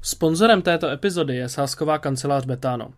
Sponzorem této epizody je sázková kancelář Betano.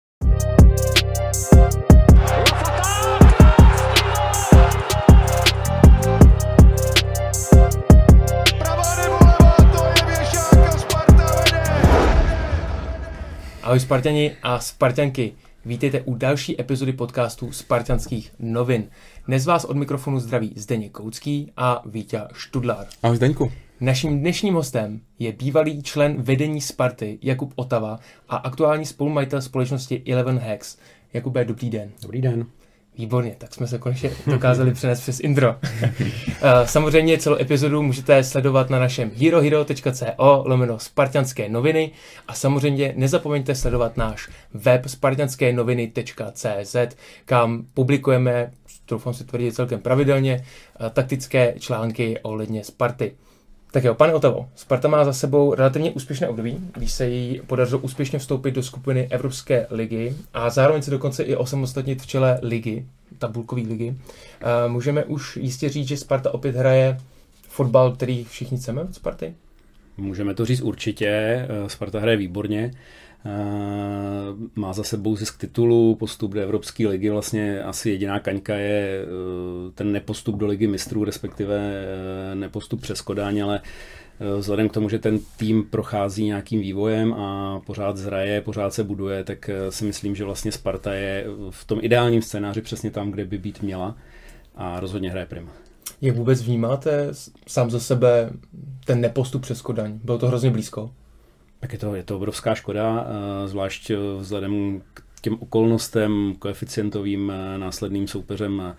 Ahoj Spartani a Spartanky, vítejte u další epizody podcastu Spartanských novin. Dnes vás od mikrofonu zdraví Zdeněk Koucký a Víťa Študlár. Ahoj Zdeňku. Naším dnešním hostem je bývalý člen vedení Sparty Jakub Otava a aktuální spolumajitel společnosti Eleven Hacks. Jakube, dobrý den. Dobrý den. Výborně, tak jsme se konečně dokázali přenést přes intro. Samozřejmě celou epizodu můžete sledovat na našem herohero.co/spartanské noviny a samozřejmě nezapomeňte sledovat náš web spartanskenoviny.cz, kam publikujeme, doufám si tvrdit celkem pravidelně, taktické články ohledně Sparty. Tak jo, pane Otavo, Sparta má za sebou relativně úspěšné období, když se jí podařilo úspěšně vstoupit do skupiny Evropské ligy a zároveň se dokonce i osamostatnit v čele ligy, tabulkové ligy. Můžeme už jistě říct, že Sparta opět hraje fotbal, který všichni chceme od Sparty? Můžeme to říct určitě, Sparta hraje výborně. Má za sebou zisk titulu, postup do Evropské ligy, vlastně asi jediná kaňka je ten nepostup do ligy mistrů, respektive nepostup přes Kodaň, ale vzhledem k tomu, že ten tým prochází nějakým vývojem a pořád zraje, pořád se buduje, tak si myslím, že vlastně Sparta je v tom ideálním scénáři přesně tam, kde by být měla a rozhodně hraje prima. Jak vůbec vnímáte sám za sebe ten nepostup přes Kodaň? Bylo to hrozně blízko? Tak je to obrovská škoda, zvlášť vzhledem k těm okolnostem, koeficientovým následným soupeřem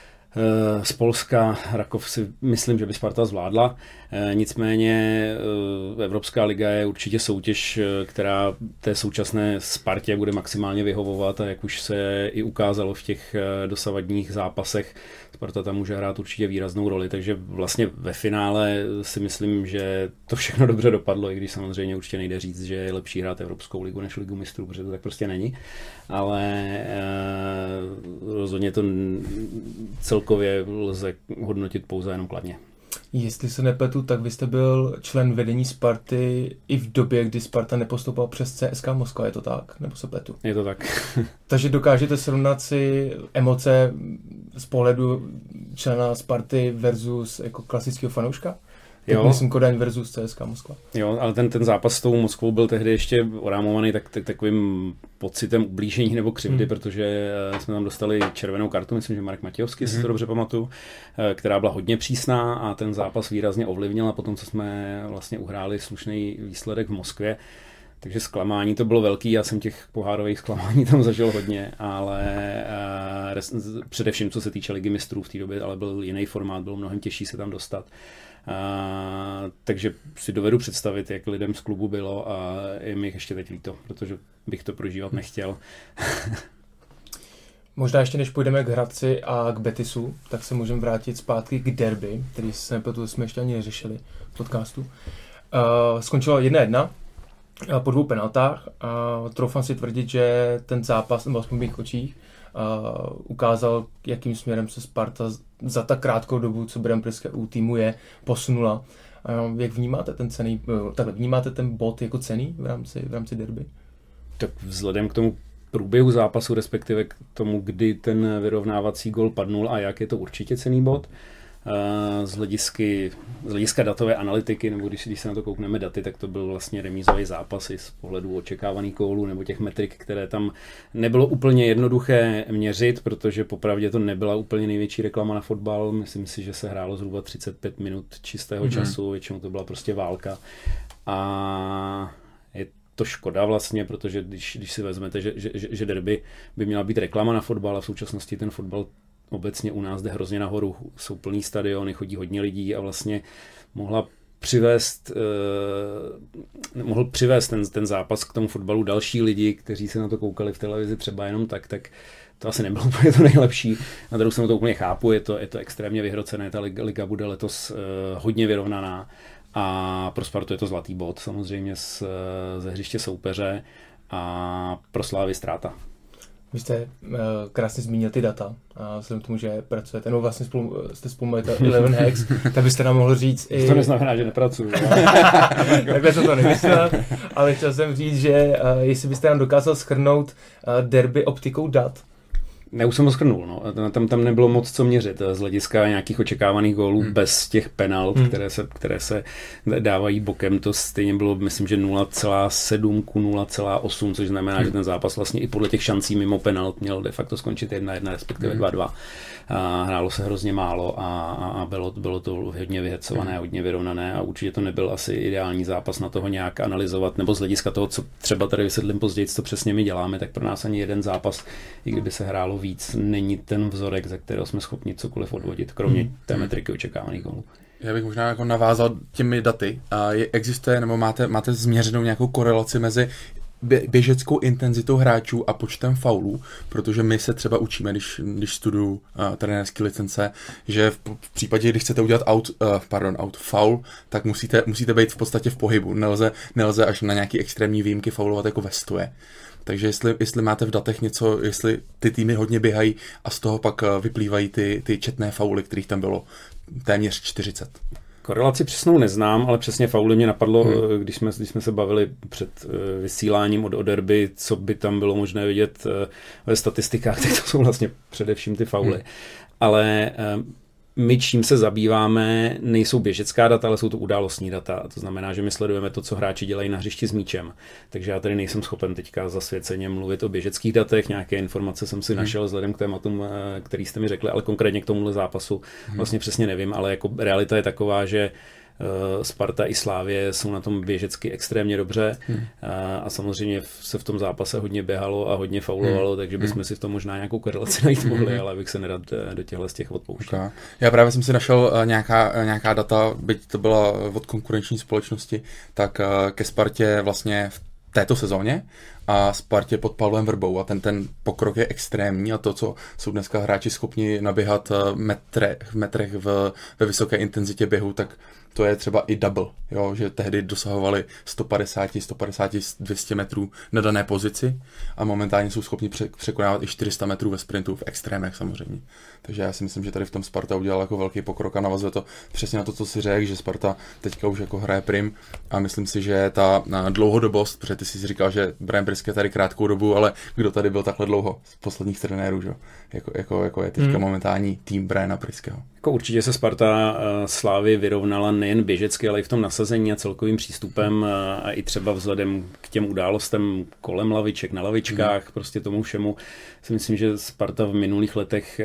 z Polska. Rakov si myslím, že by Sparta zvládla. Nicméně Evropská liga je určitě soutěž, která té současné Spartě bude maximálně vyhovovat a jak už se i ukázalo v těch dosavadních zápasech, Sparta tam může hrát určitě výraznou roli, takže vlastně ve finále si myslím, že to všechno dobře dopadlo, i když samozřejmě určitě nejde říct, že je lepší hrát Evropskou ligu než ligu mistrů, protože to tak prostě není, ale rozhodně to celkově lze hodnotit pouze jenom kladně. Jestli se nepletu, tak vy jste byl člen vedení Sparty i v době, kdy Sparta nepostupoval přes CSKA Moskva, je to tak? Nebo se pletu? Je to tak. Takže dokážete srovnat si emoce z pohledu člena Sparty versus jako klasického fanouška? Jo. Myslím Kodaň versus CSKA Moskva. Jo, ale ten zápas s tou Moskvou byl tehdy ještě orámovaný takovým pocitem ublížení nebo křivdy, protože jsme tam dostali červenou kartu, myslím, že Marek Matějovský, si to dobře pamatuju, která byla hodně přísná a ten zápas výrazně ovlivnila po tom, co jsme vlastně uhráli slušný výsledek v Moskvě. Takže zklamání to bylo velký, já jsem těch pohárových zklamání tam zažil hodně, ale především co se týče ligy mistrů v té době, ale byl jiný formát, bylo mnohem těžší se tam dostat. Takže si dovedu představit, jak lidem z klubu bylo a je mi ještě teď líto, protože bych to prožívat nechtěl. Možná ještě než půjdeme k Hradci a k Betisu, tak se můžeme vrátit zpátky k derby, který jsme ještě ani neřešili v podcastu. Skončilo 1-1 po 2 penaltách a troufám si tvrdit, že ten zápas, nebo aspoň v mých očích, ukázal, jakým směrem se Sparta za tak krátkou dobu, co Bremprské u týmu je, posunula. Jak vnímáte vnímáte ten bod jako cenný v rámci derby? Tak vzhledem k tomu průběhu zápasu, respektive k tomu, kdy ten vyrovnávací gol padnul a jak je to určitě cenný bod, z hlediska datové analytiky, nebo když se na to koukneme daty, tak to byl vlastně remízový zápas i z pohledu očekávaných gólů nebo těch metrik, které tam nebylo úplně jednoduché měřit, protože popravdě to nebyla úplně největší reklama na fotbal. Myslím si, že se hrálo zhruba 35 minut čistého času, většinou to byla prostě válka. A je to škoda vlastně, protože když si vezmete, že derby by měla být reklama na fotbal a v současnosti ten fotbal obecně u nás jde hrozně nahoru, jsou plný stadiony, chodí hodně lidí a vlastně mohl přivést ten zápas k tomu fotbalu další lidi, kteří se na to koukali v televizi třeba jenom tak to asi nebylo úplně to nejlepší. Na druhou stranu to úplně chápu, je to extrémně vyhrocené, ta liga bude letos hodně vyrovnaná a pro Spartu je to zlatý bod samozřejmě ze hřiště soupeře a pro Slávy ztráta. Vy jste krásně zmínil ty data a vzhledem k tomu, že pracujete, no vlastně jste spolumajete 11 Hacks, tak byste nám mohl říct i... To neznamená, že nepracuju. Takhle jsem to nemyslel, ale chtěl jsem říct, že jestli byste nám dokázal shrnout derby optikou dat. Ne, už jsem ho shrnul, no. Tam nebylo moc co měřit z hlediska nějakých očekávaných gólů bez těch penalt, které se dávají bokem. To stejně bylo, myslím, že 0,7 ku 0,8, což znamená, že ten zápas vlastně i podle těch šancí mimo penalt měl de facto skončit 1-1, respektive 2-2. A hrálo se hrozně málo a bylo to hodně vyhecované, hodně vyrovnané a určitě to nebyl asi ideální zápas na toho nějak analyzovat, nebo z hlediska toho, co třeba tady vysvětlím později, co přesně my děláme, tak pro nás ani jeden zápas, i kdyby se hrálo víc, není ten vzorek, ze kterého jsme schopni cokoliv odvodit, kromě té metriky očekávaných gólů. Já bych možná jako navázal těmi daty. Existuje, nebo máte změřenou nějakou korelaci mezi běžeckou intenzitou hráčů a počtem faulů, protože my se třeba učíme, když studuju trenérské licence, že v případě, když chcete udělat faul, tak musíte být v podstatě v pohybu. Nelze až na nějaký extrémní výjimky faulovat jako ve stoje. Takže jestli máte v datech něco, jestli ty týmy hodně běhají a z toho pak vyplývají ty četné fauly, kterých tam bylo téměř 40. Korelaci přesnou neznám, ale přesně fauly mě napadlo, když jsme se bavili před vysíláním o derby, co by tam bylo možné vidět ve statistikách, tak to jsou vlastně především ty fauly. Ale my, čím se zabýváme, nejsou běžecká data, ale jsou to událostní data. To znamená, že my sledujeme to, co hráči dělají na hřišti s míčem. Takže já tady nejsem schopen teďka zasvěceně mluvit o běžeckých datech. Nějaké informace jsem si našel vzhledem k tématům, který jste mi řekli, ale konkrétně k tomuhle zápasu vlastně přesně nevím. Ale jako realita je taková, že Sparta i Slavie jsou na tom běžecky extrémně dobře a samozřejmě se v tom zápase hodně běhalo a hodně faulovalo, takže bychom si v tom možná nějakou korelaci najít mohli, ale abych se nerad do těchto z těch odpouštěl. Okay. Já právě jsem si našel nějaká data, byť to byla od konkurenční společnosti, tak ke Spartě vlastně v této sezóně a Spartě pod Pavlem Vrbou a ten pokrok je extrémní a to, co jsou dneska hráči schopni naběhat v metrech ve vysoké intenzitě běhu, tak to je třeba i double, jo, že tehdy dosahovali 150, 200 metrů na dané pozici a momentálně jsou schopni překonávat i 400 metrů ve sprintu v extrémech samozřejmě. Takže já si myslím, že tady v tom Sparta udělala jako velký pokrok a navazuje to přesně na to, co si řekl, že Sparta teďka už jako hraje prim a myslím si, že ta dlouhodobost, protože ty jsi říkal, že Brian Priske tady krátkou dobu, ale kdo tady byl takhle dlouho z posledních trenérů, že? Jako je teďka momentální tým Briana Priskeho. Jako určitě se Sparta Slávy vyrovnala nejen běžecky, ale i v tom nasazení a celkovým přístupem a i třeba vzhledem k těm událostem kolem laviček, na lavičkách, prostě tomu všemu. Si myslím, že Sparta v minulých letech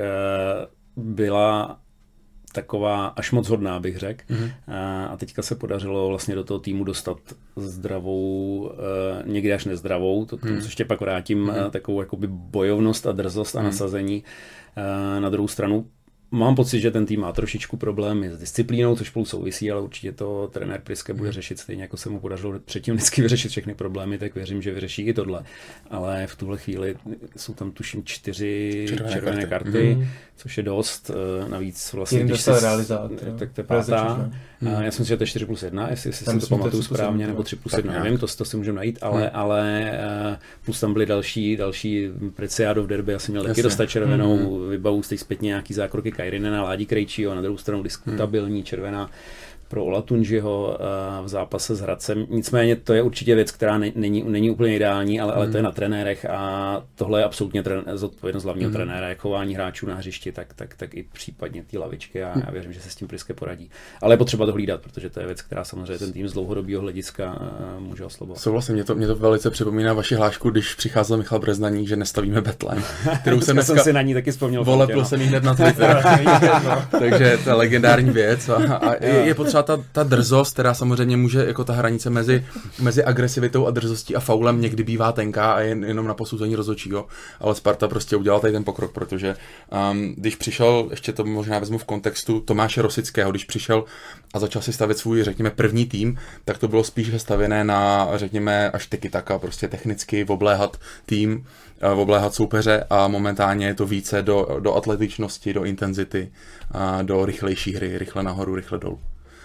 byla taková až moc hodná, bych řekl. A teďka se podařilo vlastně do toho týmu dostat zdravou, někdy až nezdravou, to se ještě pak vrátím, takovou jakoby bojovnost a drzost a nasazení. Na druhou stranu mám pocit, že ten tým má trošičku problémy s disciplínou, což spolu souvisí, ale určitě to trenér Priske bude řešit stejně, jako se mu podařilo předtím vždycky vyřešit všechny problémy, tak věřím, že vyřeší i tohle. Ale v tuhle chvíli jsou tam tuším 4 červené karty, což je dost. Navíc vlastně, když tak to je pátá. Já si myslím, že to je 4+1, jestli si to pamatuju správně, nebo 3+1, nevím, to si můžeme najít, ale plus tam byly další Preciado v derby, asi měl taky dostat červenou, vybavu z těch zpětně nějaký zákroky Kajrinena, Ládi Krejčího, na druhou stranu diskutabilní červená pro Olatunžiho v zápase s Hradcem. Nicméně to je určitě věc, která není úplně ideální, ale to je na trenérech a tohle je absolutně zodpovědnost hlavního trenéra, jak chování hráčů na hřišti, tak i případně ty lavičky a já věřím, že se s tím Priske poradí. Ale je potřeba to hlídat, protože to je věc, která samozřejmě ten tým z dlouhodobého hlediska může oslabovat. Souhlasím, mě to velice připomíná vaši hlášku, když přicházel Michal Breznaník, že nestavíme betlém, kterou jsem si na ní taky vzpomněl. Volepil jsem jí hned na Twitter. Takže to je legendární věc a je potřeba ta drzost, která samozřejmě může, jako ta hranice mezi agresivitou a drzostí a faulem někdy bývá tenká a jenom na posouzení rozhodčího, ale Sparta prostě udělala tady ten pokrok, protože když přišel, ještě to možná vezmu v kontextu Tomáše Rosického, když přišel a začal si stavět svůj, řekněme, první tým, tak to bylo spíš stavěné na, řekněme, až tiki-taka, prostě technicky obléhat tým, obléhat soupeře a momentálně je to více do atletičnosti, do intenzity, do rychlejší hry, rychle nahoru, rychle dolů.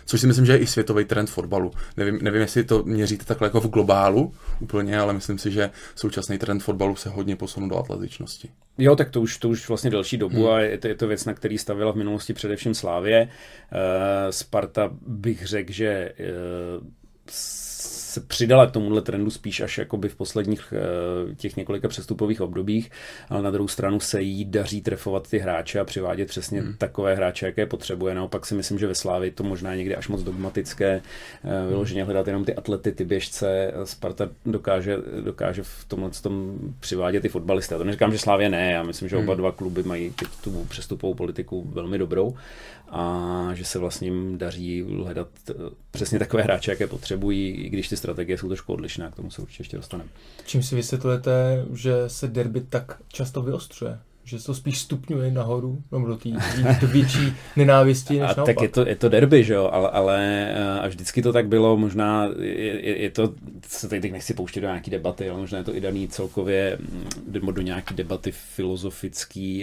což si myslím, že je i světový trend fotbalu. Nevím, jestli to měříte takhle jako v globálu úplně, ale myslím si, že současný trend fotbalu se hodně posunul do atletičnosti. Jo, tak to už vlastně delší dobu a je to věc, na který stavěla v minulosti především Slavie. Sparta bych řekl, že se přidala k tomuhle trendu spíš až jakoby v posledních těch několika přestupových obdobích, ale na druhou stranu se jí daří trefovat ty hráče a přivádět přesně takové hráče, jaké potřebuje. Naopak si myslím, že ve Slavii to možná někdy až moc dogmatické, vyloženě hledat jenom ty atlety, ty běžce. Sparta dokáže v tomhle tom přivádět ty fotbalisty. Já to neříkám, že Slavie ne, já myslím, že oba dva kluby mají tu přestupovou politiku velmi dobrou a že se vlastně jim daří hledat přesně takové hráče, jaké potřebují, i když ty strategie jsou trošku odlišné, k tomu se určitě ještě dostaneme. Čím si vysvětlujete, že se derby tak často vyostřuje? Že se to spíš stupňuje nahoru, nebo do větší nenávisti než naopak? Tak je to derby, že jo, ale a vždycky to tak bylo, možná je to, se teď nechci pouštět do nějaký debaty, ale možná je to i daný celkově do nějaký debaty filozofický,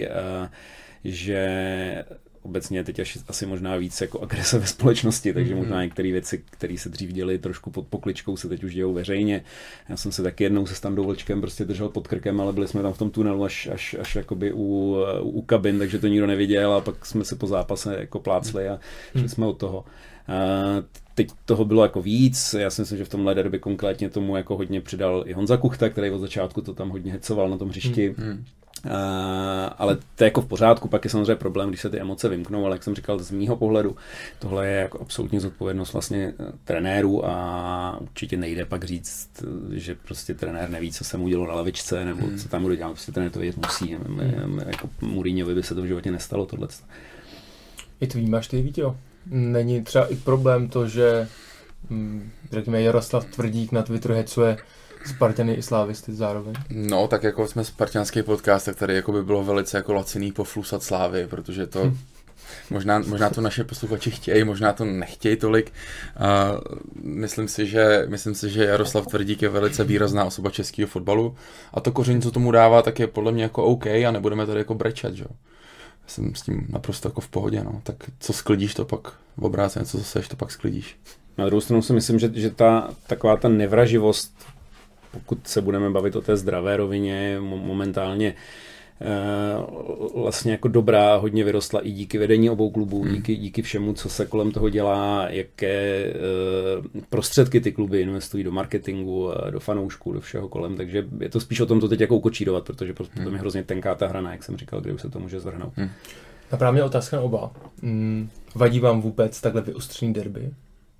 že obecně teď asi možná víc jako agrese ve společnosti, takže možná některé věci, které se dřív děly trošku pod pokličkou, se teď už dějou veřejně. Já jsem se taky jednou se Standou Vlčkem prostě držel pod krkem, ale byli jsme tam v tom tunelu až jakoby u kabin, takže to nikdo neviděl a pak jsme se po zápase jako plácli a šli jsme od toho. Teď toho bylo jako víc, já si myslím, že v tomhle derby konkrétně tomu jako hodně přidal i Honza Kuchta, který od začátku to tam hodně hecoval na tom hřišti. Ale to je jako v pořádku, pak je samozřejmě problém, když se ty emoce vymknou, ale jak jsem říkal, z mýho pohledu, tohle je jako absolutní zodpovědnost vlastně trenérů a určitě nejde pak říct, že prostě trenér neví, co se mu dělo na lavičce, nebo co tam bude dělat, prostě trenér to vědět musí. Jako Mourinhovi by se to v životě nestalo tohle. I to vnímáš ty, Víťo? Není třeba i problém to, že řekněme Jaroslav Tvrdík na Twitteru hecuje Spartany i Slávisty zároveň? No, tak jako jsme spartanský podcast, tak tady jako by bylo velice jako laciný poflusat Slávy, protože to možná to naše posluchači chtějí, možná to nechtějí tolik. Myslím si, že Jaroslav Tvrdík je velice výrazná osoba českého fotbalu a to koření, co tomu dává, tak je podle mě jako OK a nebudeme tady jako brečet, že jo. Jsem s tím naprosto jako v pohodě, no. Tak co sklidíš, to pak v obráceně, co seš, to pak sklidíš. Na druhou stranu si myslím, že taková ta nevraživost, pokud se budeme bavit o té zdravé rovině, momentálně vlastně jako dobrá, hodně vyrostla i díky vedení obou klubů, díky všemu, co se kolem toho dělá, jaké prostředky ty kluby investují do marketingu, do fanoušků, do všeho kolem, takže je to spíš o tom to teď jako ukočírovat, protože potom je hrozně tenká ta hrana, jak jsem říkal, kde už se to může zvrhnout. Napadá mě otázka na oba. Vadí vám vůbec takhle vyostřený derby?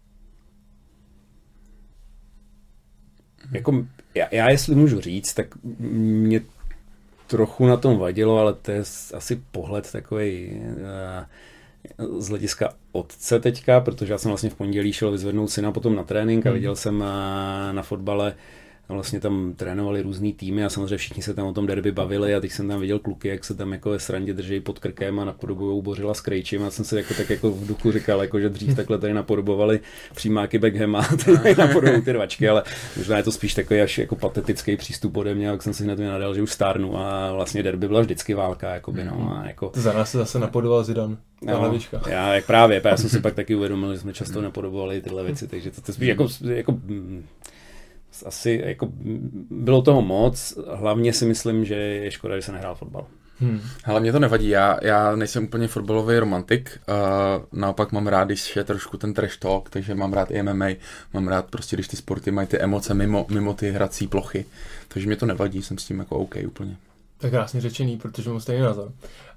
Jako, já jestli můžu říct, tak mě trochu na tom vadilo, ale to je asi pohled takovej z hlediska otce teďka, protože já jsem vlastně v pondělí šel vyzvednout syna potom na trénink a viděl jsem na fotbale, vlastně tam trénovali různý týmy a samozřejmě všichni se tam o tom derby bavili a teď jsem tam viděl kluky, jak se tam jako ve srandě drží pod krkem a napodobujou Bořila s Krejčím a jsem si jako tak jako v duchu říkal, jako, že dřív takhle tady napodobovali přímáky Beckhama a teď napodobují ty rvačky, ale možná je to spíš takový až jako patetický přístup ode mě, jak jsem si hned nadal, že už stárnu a vlastně derby byla vždycky válka, jakoby, no, a jako... Za nás se zase napodoboval Zidane. No, já jsem si pak taky uvědomil, že jsme často napodobovali tyhle věci, takže to spíš jako asi jako bylo toho moc, hlavně si myslím, že je škoda, že se nehrál fotbal. Ale mě to nevadí, já nejsem úplně fotbalový romantik, naopak mám rád, když je trošku ten trash talk, takže mám rád i MMA, mám rád prostě, když ty sporty mají ty emoce mimo ty hrací plochy, takže mě to nevadí, jsem s tím jako OK úplně. Tak krásně řečený, protože mám stejný názor.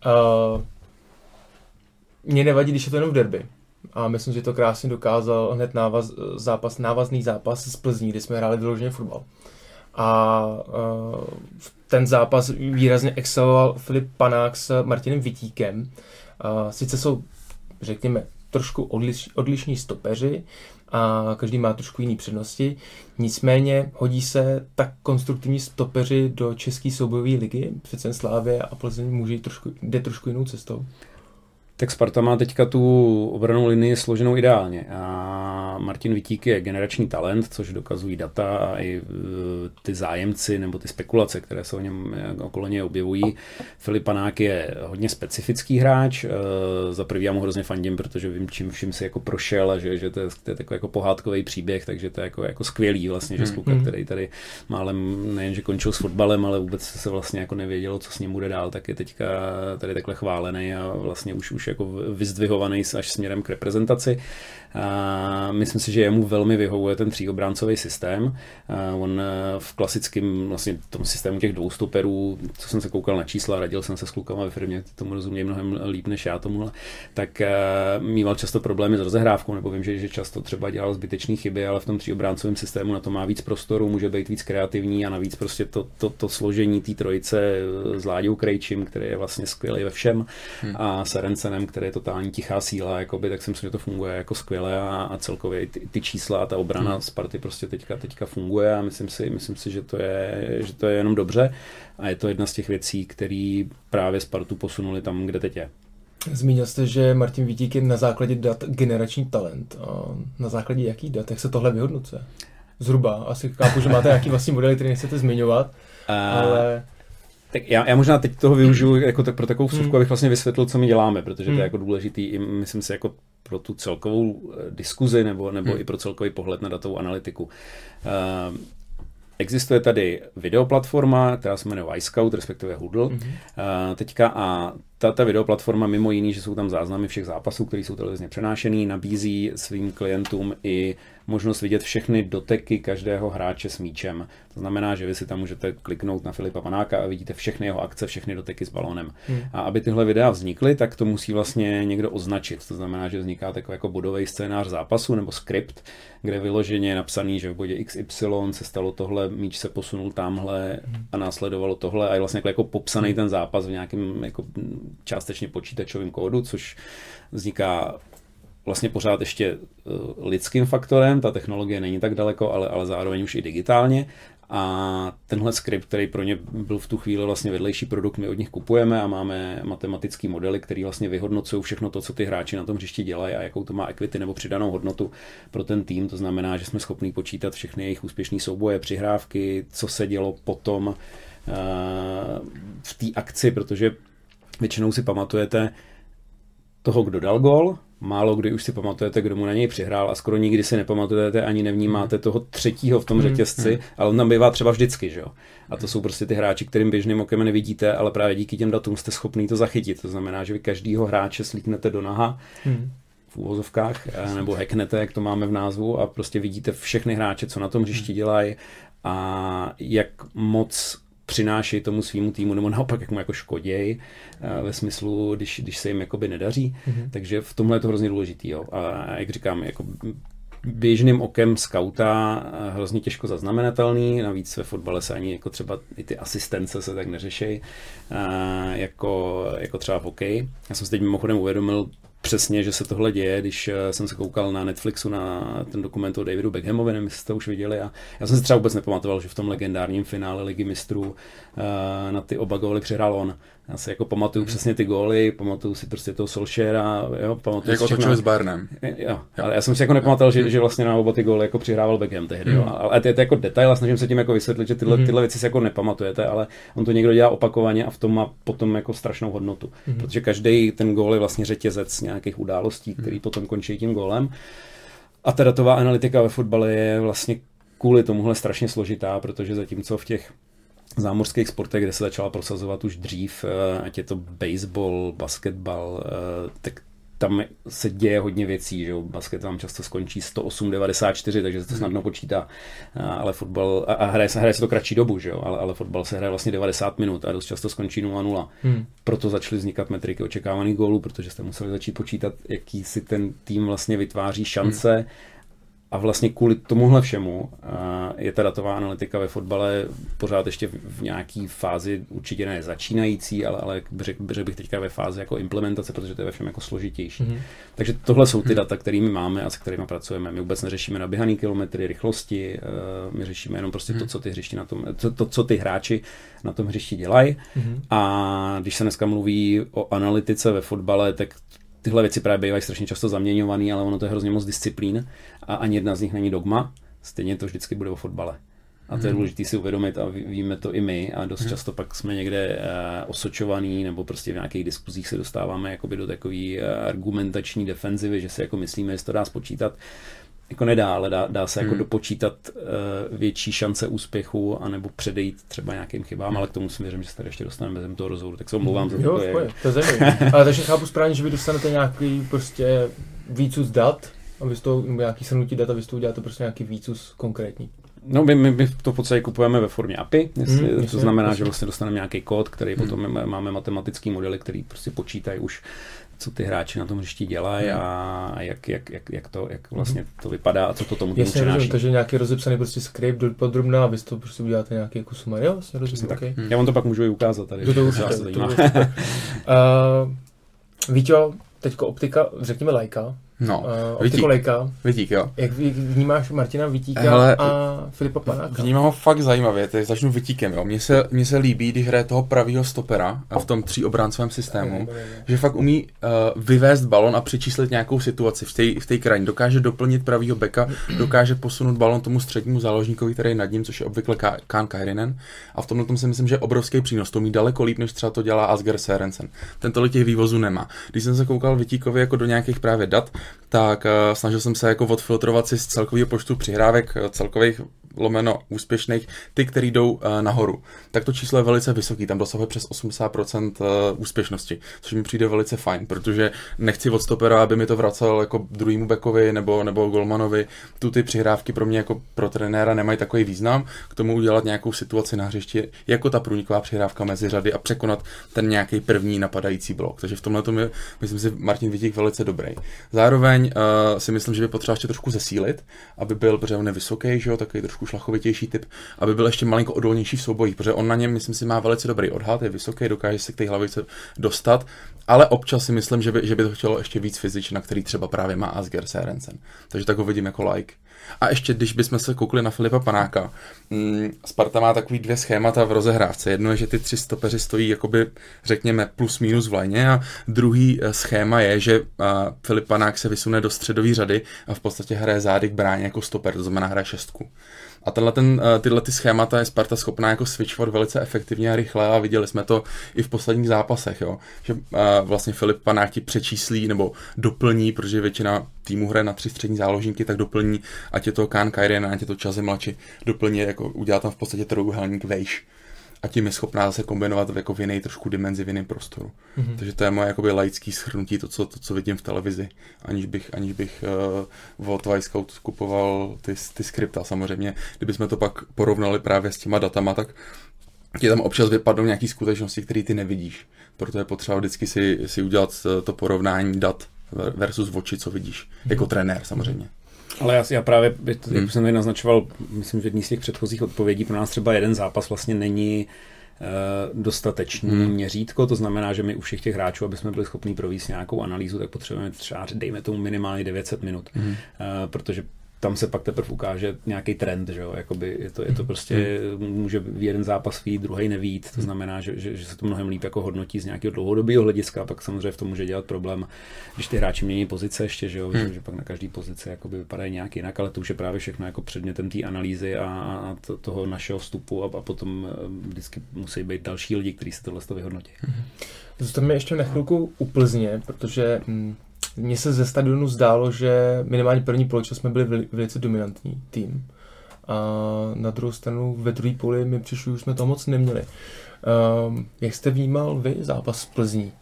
Mě nevadí, když je to jenom v derby. A myslím, že to krásně dokázal hned návazný zápas z Plzní, kdy jsme hráli vyloženě fotbal. A ten zápas výrazně exceloval Filip Panák s Martinem Vitíkem. Sice jsou, řekněme, trošku odlišní stopeři a každý má trošku jiný přednosti, nicméně hodí se tak konstruktivní stopeři do české soubojové ligy, přece Slávie a Plzeň jde trošku jinou cestou. Tak Sparta má teďka tu obranou linii složenou ideálně a Martin Vitík je generační talent, což dokazují data a i ty zájemci nebo ty spekulace, které se o něm okolo něj objevují. Filip Panák je hodně specifický hráč, za prvý já mu hrozně fandím, protože vím, čím vším si jako prošel a že to je takový jako pohádkový příběh, takže to je jako skvělý vlastně, že kluka, který tady málem nejenže končil s fotbalem, ale vůbec se vlastně jako nevědělo, co s ním bude dál, tak je teďka tady takhle chválený a vlastně už jako vyzdvihovaný až směrem k reprezentaci. A myslím si, že jemu velmi vyhovuje ten tříobráncový systém. On v klasickém vlastně tom systému těch dvou stoperů, co jsem se koukal na čísla, radil jsem se s klukama ve firmě, tomu rozumějí mnohem líp než já tomu, tak mýval často problémy s rozehrávkou, nebo vím, že často třeba dělal zbytečné chyby, ale v tom tříobráncovém systému na to má víc prostoru, může být víc kreativní a navíc prostě to složení té trojice s Láďou Krejčím, který je vlastně skvělý ve všem, a Serencenem, který je totální tichá síla, jakoby, tak si myslím, že to funguje jako skvěle a celkově ty čísla a ta obrana Sparty prostě teďka funguje a myslím si, že to je jenom dobře a je to jedna z těch věcí, které právě Spartu posunuli tam, kde teď je. Zmínil jste, že Martin Vitík je na základě dat generační talent. A na základě jaký dat? Jak se tohle vyhodnocuje? Zhruba. Asi chápu, že máte nějaký vlastní modely, které nechcete zmiňovat, ale... Tak já možná teď toho využiju jako pro takovou vsuvku, abych vlastně vysvětlil, co my děláme, protože to je jako důležitý i myslím si jako pro tu celkovou diskuzi nebo i pro celkový pohled na datovou analytiku. Existuje tady videoplatforma, která se jmenuje Wisecout, respektive Hoodle. Teďka a ta videoplatforma mimo jiný, že jsou tam záznamy všech zápasů, které jsou televizně přenášený, nabízí svým klientům i možnost vidět všechny doteky každého hráče s míčem. To znamená, že vy si tam můžete kliknout na Filipa Panáka a vidíte všechny jeho akce, všechny doteky s balónem. A aby tyhle videa vznikly, tak to musí vlastně někdo označit. To znamená, že vzniká takový jako bodový scénář zápasu nebo skript, kde vyloženě je napsaný, že v bodě XY se stalo tohle, míč se posunul tamhle a následovalo tohle a je vlastně jako popsaný ten zápas v nějakém jako částečně počítačovém kódu, což vzniká vlastně pořád ještě lidským faktorem, ta technologie není tak daleko, ale zároveň už i digitálně. A tenhle skript, který pro ně byl v tu chvíli vlastně vedlejší produkt, my od nich kupujeme a máme matematický modely, který vlastně vyhodnocují všechno to, co ty hráči na tom hřišti dělají a jakou to má equity nebo přidanou hodnotu pro ten tým. To znamená, že jsme schopni počítat všechny jejich úspěšné souboje, přihrávky, co se dělo potom v té akci, protože většinou si pamatujete toho, kdo dal gól, málo kdy už si pamatujete, kdo mu na něj přihrál a skoro nikdy si nepamatujete ani nevnímáte toho třetího v tom řetězci, ale on tam bývá třeba vždycky, že jo. A to jsou prostě ty hráči, kterým běžným okem nevidíte, ale právě díky těm datům jste schopný to zachytit. To znamená, že vy každýho hráče slíknete do naha v úvozovkách, nebo hacknete, jak to máme v názvu, a prostě vidíte všechny hráče, co na tom hřišti dělají a jak moc přináší tomu svýmu týmu, nebo naopak, jak mu jako škoděj, ve smyslu, když se jim jakoby nedaří. Takže v tomhle je to hrozně důležitý. Jo. A jak říkám, jako běžným okem skauta hrozně těžko zaznamenatelný, navíc ve fotbale se ani jako třeba i ty asistence se tak neřeší, jako třeba v hokeji. Já jsem si teď mimochodem uvědomil přesně, že se tohle děje, když jsem se koukal na Netflixu na ten dokument o Davidu Beckhamovi, nevím, jestli jste to už viděli, a já jsem si třeba vůbec nepamatoval, že v tom legendárním finále Ligy mistrů na ty oba góly přihrál on. Já si jako pamatuju přesně ty góly, pamatuju si prostě toho Solskjaera, jo, pamatuju jako si otočili s Bayernem. Jo, ale já jsem si jako nepamatoval, že vlastně na oba ty góly jako přihrával Beckham tehdy, jo. Ale to je jako detail a snažím se tím jako vysvětlit, že tyhle věci si jako nepamatujete, ale on to někdo dělá opakovaně a v tom má potom jako strašnou hodnotu, protože každý ten gól je vlastně řetězec nějakých událostí, který potom končí tím gólem. A ta datová analytika ve fotbale je vlastně kvůli tomuhle strašně složitá, protože zatímco v těch zámořských sportech, kde se začala prosazovat už dřív, ať je to baseball, basketbal, tak tam se děje hodně věcí, že jo, basket vám často skončí 108-94, takže se to snadno počítá, ale fotbal, a hraje se to kratší dobu, že jo, ale fotbal se hraje vlastně 90 minut a dost často skončí 0-0. Proto začaly vznikat metriky očekávaných gólů, protože jste museli začít počítat, jaký si ten tým vlastně vytváří šance. A vlastně kvůli tomuhle všemu je ta datová analytika ve fotbale pořád ještě v nějaký fázi, určitě ne začínající, ale řekl bych teďka ve fázi jako implementace, protože to je ve všem jako složitější. Takže tohle jsou ty data, kterými máme a s kterými pracujeme. My vůbec neřešíme naběhaný kilometry, rychlosti, my řešíme jenom prostě to, co ty hřišti na tom, co ty hráči na tom hřišti dělají. A když se dneska mluví o analytice ve fotbale, tak tyhle věci právě bývají strašně často zaměňovaný, ale ono to je hrozně moc disciplín a ani jedna z nich není dogma, stejně to vždycky bude o fotbale. A to je důležité si uvědomit a víme to i my a dost často pak jsme někde osočovaný nebo prostě v nějakých diskuzích se dostáváme jakoby do takové argumentační defenzivy, že si jako myslíme, že se to dá spočítat. Jako nedá, ale dá se jako dopočítat větší šance úspěchu anebo předejít třeba nějakým chybám, ale k tomu si věřím, že se tady ještě dostaneme během toho rozhovoru, tak se omlouvám za to. To je zajímavé. Ale takže chápu správně, že vy dostanete nějaký prostě výcud dat, aby z toho nějaký shrnutí dat, aby z toho uděláte prostě nějaký výcud konkrétní. No, my to v podstatě kupujeme ve formě API, to znamená, že vlastně dostaneme nějaký kód, který potom máme matematický modely, který prostě počítají už, co ty hráči na tom hřišti dělají a jak vlastně to vypadá a co to tomu přináší. Takže nějaký rozepsaný prostě skript podrobná a vy to prostě uděláte nějaký jako summary, vlastně rozumím, okay. Já vám to pak můžu i ukázat tady. To Víťo, teďko optika, řekněme Leica. No, optiku Leica. Vítík, jo. Jak vnímáš Martina Vítíka a Filipa Panáka? Vnímám ho fakt zajímavě, teď začnu Vítíkem, jo. Mně se líbí, když hraje toho pravýho stopera a v tom 3obráncovém systému, že fakt umí vyvést balon a přečíslit nějakou situaci v té krajině. Dokáže doplnit pravýho beka, dokáže posunout balon tomu střednímu záložníkovi, který je nad ním, což je obvykle Kaan Kairinen. A v tomhle tom si myslím, že je obrovský přínos. To umí daleko líp, než třeba to dělá Asger Sørensen. Ten tolik těch vývozů nemá. Když jsem se koukal Vítíkovi jako do nějakých právě dat, tak snažil jsem se jako odfiltrovat si z celkového počtu přihrávek celkových lomeno úspěšných, ty, který jdou nahoru. Tak to číslo je velice vysoký, tam dosahuje přes 80% úspěšnosti, což mi přijde velice fajn, protože nechci od stopera, aby mi to vracel jako druhýmu bekovi nebo golmanovi. Tu ty přihrávky pro mě jako pro trenéra nemají takový význam, k tomu udělat nějakou situaci na hřišti, jako ta průniková přihrávka mezi řady a překonat ten nějaký první napadající blok. Takže v tomhle tom je, myslím si, Martin Vítík velice dobrý. Zároveň si myslím, že by potřeba ještě trošku zesílit, aby byl, protože on je vysoký, že jo, takový trošku šlachovitější typ, aby byl ještě malinko odolnější v soubojích, protože on na něm, myslím si, má velice dobrý odhad, je vysoký, dokáže se k té hlavice dostat, ale občas si myslím, že by to chtělo ještě víc fyzič, na který třeba právě má Asger Sørensen. Takže tak ho vidím jako like. A ještě, když bychom se koukli na Filipa Panáka, Sparta má takový 2 schémata v rozehrávce. Jedno je, že ty 3 stopeři stojí jakoby, řekněme, plus minus v lajně a druhý schéma je, že Filip Panák se vysune do středové řady a v podstatě hraje zády k bráně jako stoper, to znamená hraje 6. A tyhle ty schémata je Sparta schopná jako switchovat velice efektivně a rychle a viděli jsme to i v posledních zápasech, jo. Že vlastně Filip Panák ti přečíslí nebo doplní, protože většina týmu hraje na 3 střední záložníky, tak doplní, ať je to Kaan Kairinen, ať je to Chazzy Mlači, doplní, jako udělá tam v podstatě trojúhelník vejš. A tím je schopná zase kombinovat jako v jiný trošku dimenzi, v jiném prostoru. Mm-hmm. Takže to je moje jakoby laický shrnutí, to, co vidím v televizi, aniž bych od Wisecout kupoval ty skripta. Samozřejmě, kdybychom to pak porovnali právě s těma datama, tak ti tam občas vypadnou nějaký skutečnosti, které ty nevidíš. Proto je potřeba vždycky si udělat to porovnání dat versus oči, co vidíš. Jako trenér samozřejmě. Ale já právě, jak jsem tady naznačoval, myslím, že jedný z těch předchozích odpovědí pro nás třeba jeden zápas vlastně není dostatečný měřítko, to znamená, že my u všech těch hráčů, aby jsme byli schopni provést nějakou analýzu, tak potřebujeme třeba, dejme tomu minimálně 900 minut, protože tam se pak teprve ukáže nějaký trend, že jo, jakoby je to prostě, může jeden zápas vyjít, druhý nevít, to znamená, že se to mnohem líp jako hodnotí z nějakého dlouhodobého hlediska, pak samozřejmě v tom může dělat problém, když ty hráči mění pozice ještě, že jo, že pak na každý pozici jakoby vypadají nějak jinak, ale to už je právě všechno jako předmětem té analýzy a toho našeho vstupu a potom vždycky musí být další lidi, kteří se tohle vyhodnotí. Zůstaneme ještě na chvilku u Plzně, protože mně se ze stadionu zdálo, že minimálně první poločas jsme byli velice dominantní tým. A na druhou stranu ve druhé poli mi přišlo, už jsme to moc neměli. Jak jste vnímal vy zápas s Plzní?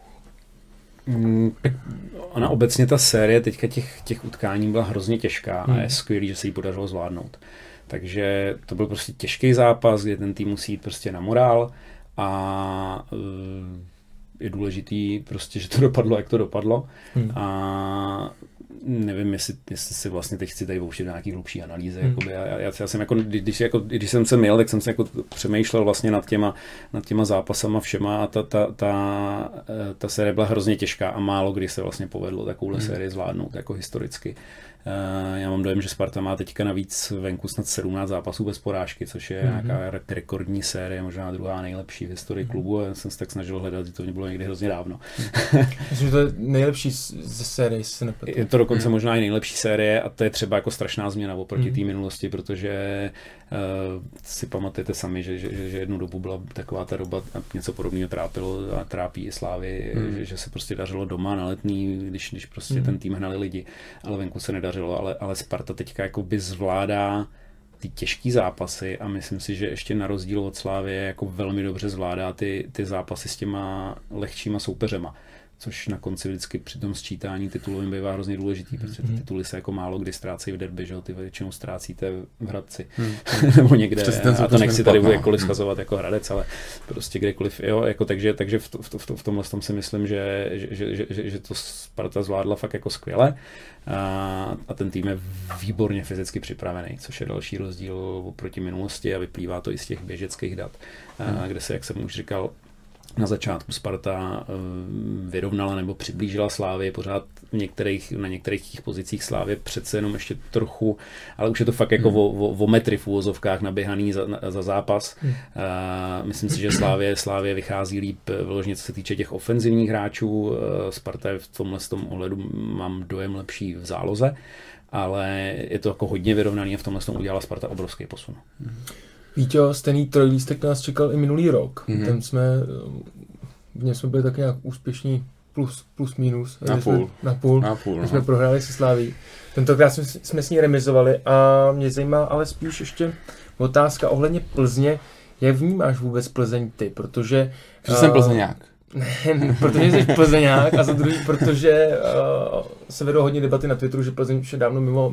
Ona obecně ta série teďka těch utkání byla hrozně těžká a je skvělý, že se jí podařilo zvládnout. Takže to byl prostě těžký zápas, kde ten tým musí jít prostě na morál a je důležitý prostě, že to dopadlo, jak to dopadlo. A nevím, jestli si vlastně teď chci tady pouštět nějaký hlubší analýzy. Jakoby. Já jsem jako, když jsem se měl, tak jsem se jako přemýšlel vlastně nad těma zápasama všema a ta série byla hrozně těžká a málo kdy se vlastně povedlo takovouhle sérii zvládnout jako historicky. Já mám dojem, že Sparta má teďka navíc venku snad 17 zápasů bez porážky, což je nějaká rekordní série, možná druhá nejlepší v historii klubu. Já jsem se tak snažil hledat, že to nebylo někdy hrozně dávno. Myslím, že to je nejlepší ze série, se nepletu. Je to dokonce možná i nejlepší série a to je třeba jako strašná změna oproti té minulosti, protože si pamatujete sami, že jednu dobu byla taková ta doba a něco podobného trápilo a trápí i Slávy, že se prostě dařilo doma na Letný, když prostě ten tým hnali lidi, ale venku se nedařilo, ale Sparta teďka jakoby zvládá ty těžký zápasy a myslím si, že ještě na rozdíl od Slávy jako velmi dobře zvládá ty zápasy s těma lehčíma soupeřema. Což na konci vždycky při tom sčítání titulovým bývá hrozně důležitý, protože ty tituly se jako málo kdy ztrácejí v derby, že jo, ty většinou ztrácíte v Hradci nebo někde, a to nechci tady jakkoliv schazovat jako Hradec, ale prostě kdekoliv, jo, jako takže v tomhle tom si myslím, že to Sparta zvládla fakt jako skvěle a ten tým je výborně fyzicky připravený, což je další rozdíl oproti minulosti a vyplývá to i z těch běžeckých dat, kde se, jak jsem už říkal, na začátku Sparta vyrovnala nebo přiblížila Slávy, pořád na některých těch pozicích Slávy přece jenom ještě trochu, ale už je to fakt jako o metry v úvozovkách naběhaný za zápas. Myslím si, že Slávě vychází líp vyloženě, co se týče těch ofenzivních hráčů. Sparta je v tomhle ohledu, mám dojem, lepší v záloze, ale je to jako hodně vyrovnaný a v tomhle udělala Sparta obrovský posun. Víťo, stejný trojlístek nás čekal i minulý rok. Ten v něm jsme byli taky nějak úspěšní plus minus. Na půl. Jsme prohráli se Slaví. Tentokrát jsme s ní remizovali a mě zajímá ale spíš ještě otázka ohledně Plzně. Jak vnímáš vůbec Plzeň ty? Protože jsem Plzeňák. Ne, protože jsi Plzeňák a za druhý, protože se vedou hodně debaty na Twitteru, že Plzeň už je dávno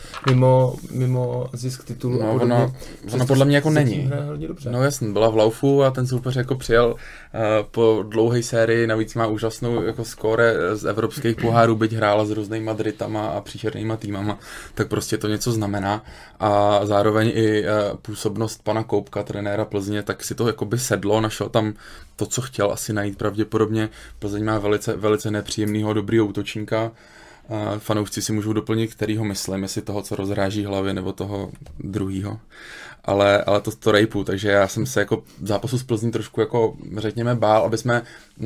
mimo zisk titulu. No, ona podle mě jako není. Dobře. No jasně, byla v laufu a ten soupeř jako přijel po dlouhé sérii, navíc má úžasnou jako skóre z evropských pohárů, byť hrála s různýma Madridama a příšernýma týmama, tak prostě to něco znamená a zároveň i působnost pana Koupka, trenéra Plzně, tak si to jakoby sedlo, našel tam to, co chtěl asi najít pravděpodobně. Plzeň má velice nepříjemného dobrýho útočníka. Fanoušci si můžou doplnit, kterýho myslím, jestli toho, co rozráží hlavy, nebo toho druhýho. Ale to rejpu, takže já jsem se jako v zápasu s Plzní trošku jako řekněme bál, aby jsme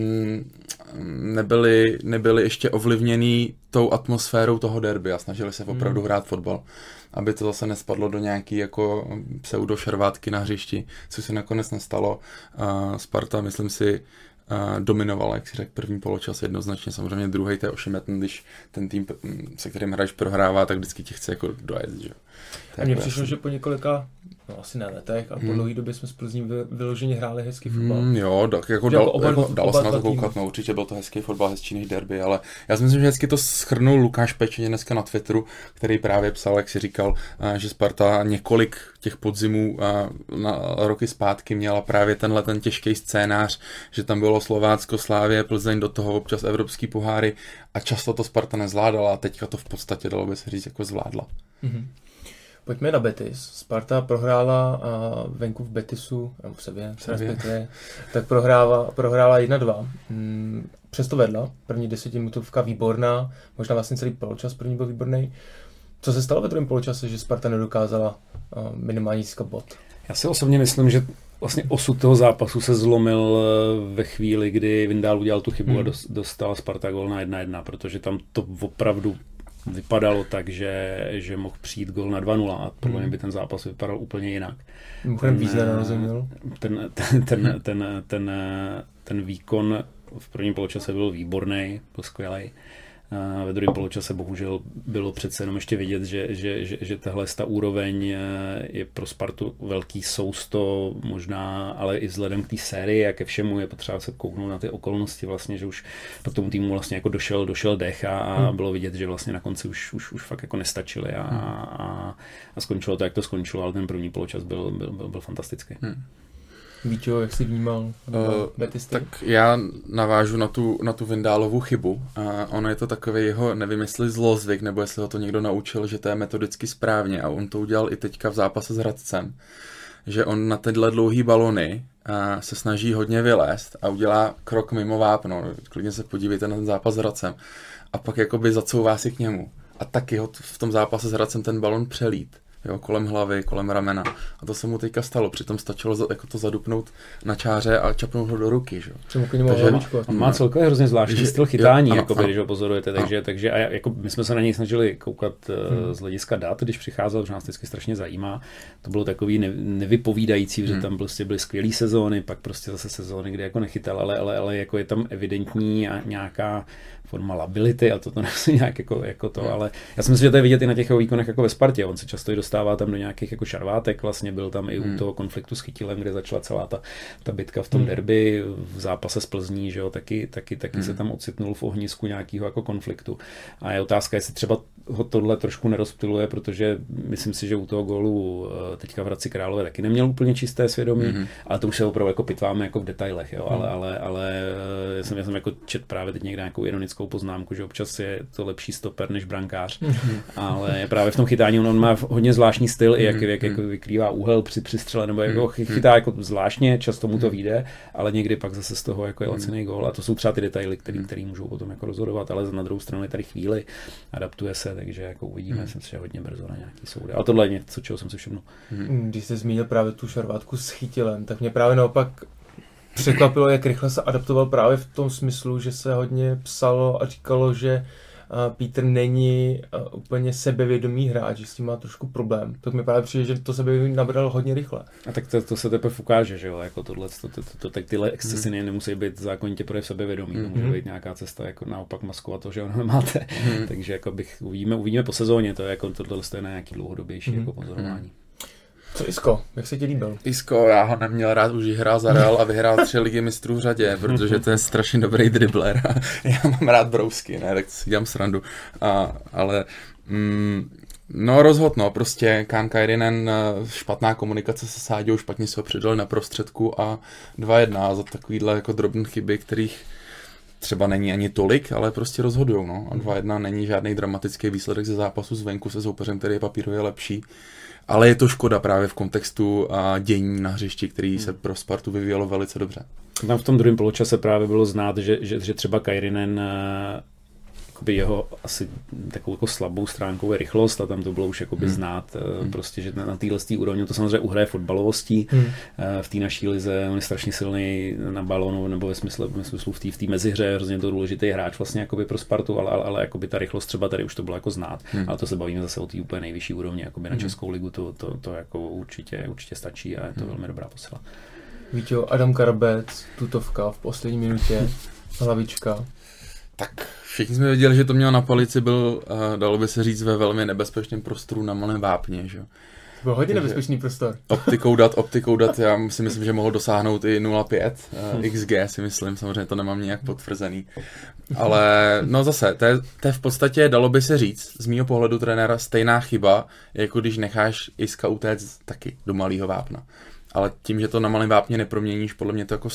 nebyli ještě ovlivněný tou atmosférou toho derby a snažili se opravdu hrát fotbal, aby to zase nespadlo do nějaký jako pseudo-šervátky na hřišti, což se nakonec nestalo. Sparta, myslím si, dominoval, jak si řekl, první poločas jednoznačně, samozřejmě druhý to je ošemetný, když ten tým, se kterým hraješ, prohrává, tak vždycky ti chce jako dojet, že? A mně přišlo, že po několika, no asi ne letech, ale po dlouhé době jsme s Plzní vyloženě hráli hezký fotbal. Jo, dalo se na to koukat, no určitě byl to hezký fotbal, hezčí než derby, ale já si myslím, že hezky to shrnul Lukáš Pečeně dneska na Twitteru, který právě psal, jak si říkal, že Sparta několik těch podzimů na roky zpátky měla právě ten těžký scénář, že tam bylo Slovácko, Slávie, Plzeň, do toho občas evropský poháry a často to Sparta nezvládala a teďka to v podstatě dalo by se říct jako zvládla. Pojďme na Betis. Sparta prohrála venku v Betisu, v Sevě, tak prohrála 1-2. Přesto vedla. První 10minutovka výborná, možná vlastně celý poločas první byl výborný. Co se stalo ve druhém poločase, že Sparta nedokázala minimálně získat bod? Já si osobně myslím, že vlastně osud toho zápasu se zlomil ve chvíli, kdy Vindál udělal tu chybu a dostal Sparta gól na 1-1, protože tam to opravdu vypadalo tak, že mohl přijít gól na 2-0 a podle mě by ten zápas vypadal úplně jinak. Ten výkon v prvním poločase byl výborný, byl skvělej. Ve druhém poločase bohužel bylo přece jenom ještě vidět, že tahle úroveň je pro Spartu velký sousto, možná, ale i vzhledem k té sérii a ke všemu je potřeba se kouknout na ty okolnosti vlastně, že už po tomu týmu vlastně jako došel dech a bylo vidět, že vlastně na konci už fakt jako nestačili a skončilo to, jak to skončilo, ale ten první poločas byl fantastický. Víťo, jak jsi vnímal Betis? Tak já navážu na tu Vindálovu chybu. Ono je to takový jeho, nevím jestli zlozvyk, nebo jestli ho to někdo naučil, že to je metodicky správně a on to udělal i teďka v zápase s Hradcem. Že on na tyhle dlouhý balony se snaží hodně vylézt a udělá krok mimo vápno. Klidně se podívejte na ten zápas s Hradcem. A pak jakoby zacouvá si k němu. a taky ho v tom zápase s Hradcem ten balon přelít. Jo, kolem hlavy, kolem ramena. A to se mu teďka stalo. Přitom stačilo jako to zadupnout na čáře a čapnout ho do ruky. Že? On má celkově hrozně zvláštní styl chytání, když ho pozorujete. Takže a jako my jsme se na něj snažili koukat z hlediska dat, když přicházel, že nás vždycky strašně zajímá. To bylo takový nevypovídající, že tam prostě byly skvělý sezóny, pak prostě zase sezóny, kde jako nechytal, ale jako je tam evidentní a nějaká forma lability a to nechci nějak jako to, ale já si myslím, že to je vidět i na těch výkonech jako ve Spartě. On se často i dostává tam do nějakých jako šarvátek, vlastně byl tam i u toho konfliktu s Chytilem, kde začala celá ta bitka v tom derby, v zápase s Plzní, že jo, taky se tam ocitnul v ohnisku nějakého jako konfliktu. A je otázka, jestli třeba ho tohle trošku nerozptyluje, protože myslím si, že u toho gólu teďka v Hradci Králové taky neměl úplně čisté svědomí, ale to už se opravdu jako pitváme jako v detailech, jo, ale já jsem jako čet právě teď někde nějakou ironickou poznámku, že občas je to lepší stoper než brankář, ale právě v tom chytání on má hodně zvláštní styl, i jak jako vykrývá úhel při střele, nebo jako chytá jako zvláštně, často mu to vyjde, ale někdy pak zase z toho jako je laciný gól a to jsou třeba ty detaily, který můžou potom jako rozhodovat, ale na druhou stranu je tady chvíli, adaptuje se, takže jako uvidíme, jsem si hodně brzo na nějaký soudy. Ale tohle je něco, čeho jsem si všimnul. Když jste zmínil právě tu šarvátku s Chytilem, tak mě právě naopak překvapilo, jak rychle se adaptoval právě v tom smyslu, že se hodně psalo a říkalo, že Petr není úplně sebevědomý hráč, že s tím má trošku problém. Tak mi právě přijde, že to sebevědomí nabral hodně rychle. A tak to se teprve ukáže, že jo, jako tohle, tak tyhle excesy nemusí být zákonitě projev sebevědomí, to může být nějaká cesta, jako naopak maskovat to, že ho nemáte. Takže jako uvidíme po sezóně, to je jako tohle je na nějaký dlouhodobější jako pozorování. Co Isko? Jak se ti líbil? Isko, já ho neměl rád, už hrál za Real a vyhrál 3 ligy mistrů v řadě, protože to je strašně dobrý dribler. Já mám rád brousky, ne, tak si dělám srandu. Ale rozhodno, prostě Kaan Kairinen, špatná komunikace se Sáďou, špatně se ho přidali na prostředku a 2-1 za takovýhle jako drobné chyby, kterých třeba není ani tolik, ale prostě rozhodujou. No. A 2-1 není žádný dramatický výsledek ze zápasu zvenku se soupeřem, který je papírově lepší. Ale je to škoda právě v kontextu dění na hřišti, který se pro Spartu vyvíjelo velice dobře. Tam v tom druhém poločase právě bylo znát, že třeba Kairinen jeho asi takovou jako slabou stránkou je rychlost a tam to bylo už jakoby znát, prostě, že na téhle úrovni to samozřejmě uhraje fotbalovostí. V té naší lize on je strašně silný na balonu, nebo ve smyslu v té mezihře, hrozně to důležitý hráč vlastně jakoby pro Spartu, ale jakoby ta rychlost třeba tady už to bylo jako znát. Ale to se bavíme zase o té úplně nejvyšší úrovni, jakoby na Českou ligu to jako určitě stačí a je to velmi dobrá posila. Víte, Adam Karabec, tutovka v poslední minutě, hlavička. Tak všichni jsme věděli, že to měl na palici, byl, dalo by se říct, ve velmi nebezpečném prostoru na Malém Vápně. Že? To byl hodně nebezpečný prostor. Optikou dat, já si myslím, že mohl dosáhnout i 0,5 XG, si myslím, samozřejmě to nemám nějak potvrzený. Ale no zase, to je v podstatě, dalo by se říct, z mýho pohledu trenéra, stejná chyba, jako když necháš Iska utéct taky do Malého Vápna. Ale tím, že to na Malém Vápně neproměníš, podle mě to jako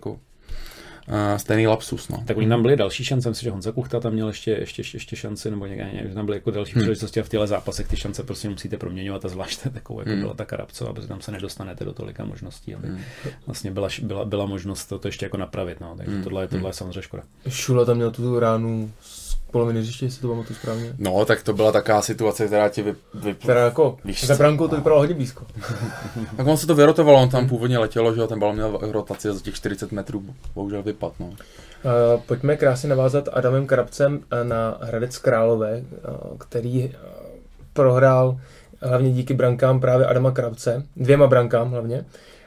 stejný lapsus. No. Tak oni tam byly další šance, myslím, že Honza Kuchta tam měl ještě šanci, nebo někde tam byly jako další příležitosti a v těchto zápasech ty šance prostě musíte proměňovat a zvlášť takovou, jako byla ta Karabcová, protože tam se nedostanete do tolika možností, aby vlastně byla možnost to ještě jako napravit, no. Takže tohle je samozřejmě škoda. Šula tam měl tu ránu z poloviny hřiště, jestli to pamatuju správně. No, tak to byla taková situace, která ti která jako, za brankou to vypadalo hodně blízko. Tak on se to vyrotovalo, on tam původně letělo, že ten balon měl rotaci za těch 40 metrů, bohužel vypadl. No. Pojďme krásně navázat Adamem Karabcem na Hradec Králové, který prohrál hlavně díky brankám právě Adama Karabce, 2 brankám hlavně.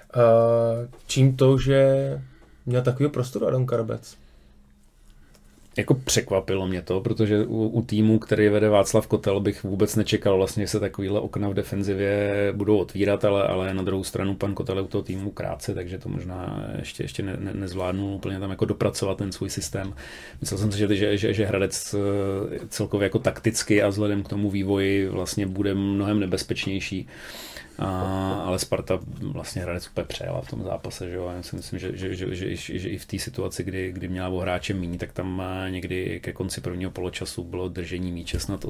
Čím to, že měl takový prostor Adam Karabec? Jako překvapilo mě to, protože u týmu, který vede Václav Kotel, bych vůbec nečekal vlastně, že se takovýhle okna v defenzivě budou otvírat, ale na druhou stranu pan Kotel je u toho týmu krátce, takže to možná ještě nezvládnul úplně tam jako dopracovat ten svůj systém. Myslel jsem si, že Hradec celkově jako takticky a vzhledem k tomu vývoji vlastně bude mnohem nebezpečnější. Ale Sparta vlastně Hradec úplně přejela v tom zápase, že jo? Já si myslím, že i v té situaci, kdy měla o hráče míň, tak tam někdy ke konci prvního poločasu bylo držení míče snad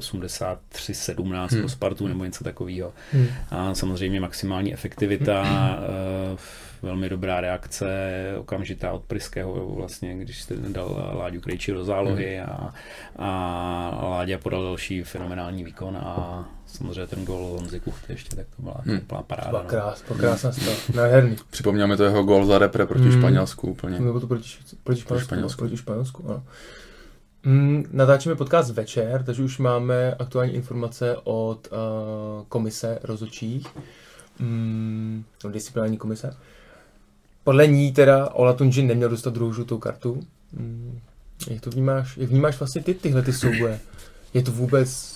83-17 pro Spartu nebo něco takového. A samozřejmě maximální efektivita velmi dobrá reakce, okamžitá od Pryského vlastně, když jste dal Láďu Krejči do zálohy a Láďa podal další fenomenální výkon a samozřejmě ten gól Honzy Kuchty ještě, tak to byla paráda. Krásná stav, nádherný. Připomněl mi to jeho gól za repre proti Španělsku úplně. Nebo to proti Španělsku, ano. Natáčíme podcast večer, takže už máme aktuální informace od komise rozhodčích, disciplinární komise. Podle ní teda Ola Tunžin neměl dostat druhou žlutou kartu. Jak to vnímáš? Jak vnímáš vlastně tyhle ty souboje? Je to vůbec...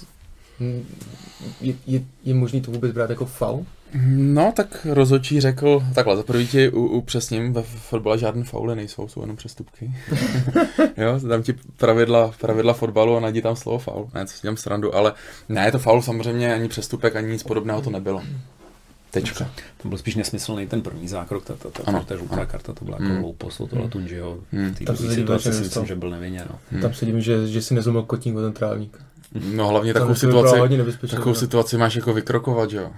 Je možný to vůbec brát jako faul? No, tak rozhodčí řekl, takhle, za první ti upřesním, ve fotbale žádné fauly nejsou, jsou jenom přestupky. Jo, dám ti pravidla fotbalu a najdi tam slovo faul. Ne, co si dělám srandu, ale ne, je to faul samozřejmě, ani přestupek, ani nic podobného to nebylo. Tečka. To byl spíš nesmyslný ten první zákrok, ta žlutá karta, to byla jako hloupost od Ola Tunžiho. V té druhé situaci si myslím, že byl nevinně. No. Tam se divím, že si nezlomil kotník o ten trávník. No hlavně takovou situaci máš jako vykrokovat, že jo.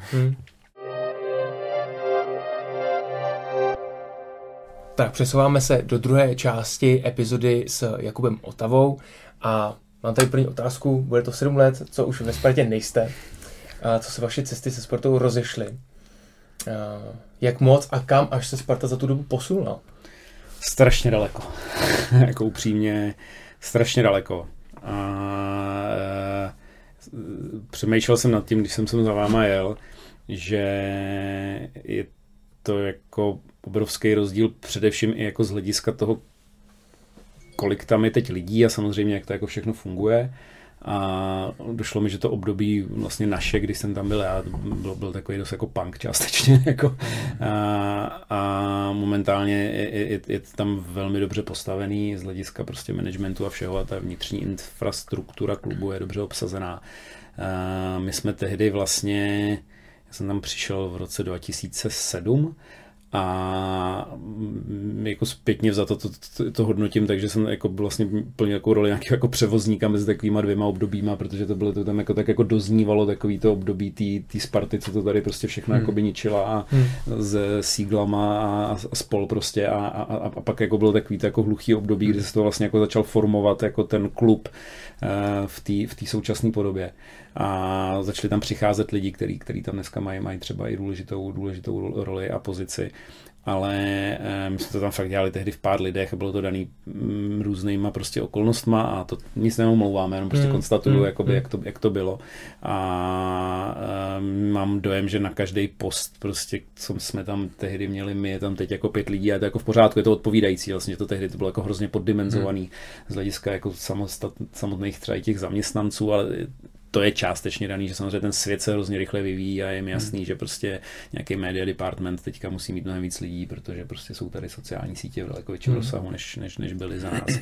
Tak přesouváme se do druhé části epizody s Jakubem Otavou a mám tady první otázku, bude to 7 let, co už ve Spartě nejste, a co se vaše cesty se Spartou rozešly. Jak moc a kam až se Sparta za tu dobu posunula? Strašně daleko. Jako upřímně, strašně daleko. Přemýšlel jsem nad tím, když jsem sem za váma jel, že je to jako obrovský rozdíl především i jako z hlediska toho, kolik tam je teď lidí a samozřejmě jak to jako všechno funguje. A došlo mi, že to období vlastně naše, když jsem tam byl já, byl takový dost jako punk částečně. Jako. A momentálně je tam velmi dobře postavený z hlediska prostě managementu a všeho a ta vnitřní infrastruktura klubu je dobře obsazená. My jsme tehdy vlastně, já jsem tam přišel v roce 2007 a jako zpětně vzato to hodnotím, takže jsem jako vlastně plnil jako roli nějakého jako převozníka mezi takovýma dvěma obdobíma, protože to bylo to tam jako tak jako doznívalo takový to období té Sparty, co to tady prostě všechno jakoby ničila a s síglama a spol prostě a pak jako bylo takový to jako hluchý období, kdy se to vlastně jako začal formovat jako ten klub v té současné podobě. A začali tam přicházet lidi, kteří tam dneska mají třeba i důležitou roli a pozici. Ale my jsme to tam fakt dělali tehdy v pár lidech a bylo to daný různýma prostě okolnostma a to nic neomlouváme, jenom prostě konstatuju, jakoby, jak to bylo. A mám dojem, že na každý post prostě, co jsme tam tehdy měli, my je tam teď jako 5 lidí a je to jako v pořádku, je to odpovídající, vlastně, že to tehdy to bylo jako hrozně poddimenzovaný z hlediska jako samotných třeba těch zaměstnanců, ale to je částečně daný, že samozřejmě ten svět se hrozně rychle vyvíjí a je mi jasný, že prostě nějaký media department teďka musí mít mnohem víc lidí, protože prostě jsou tady sociální sítě v daleko větším rozsahu, než byly za nás.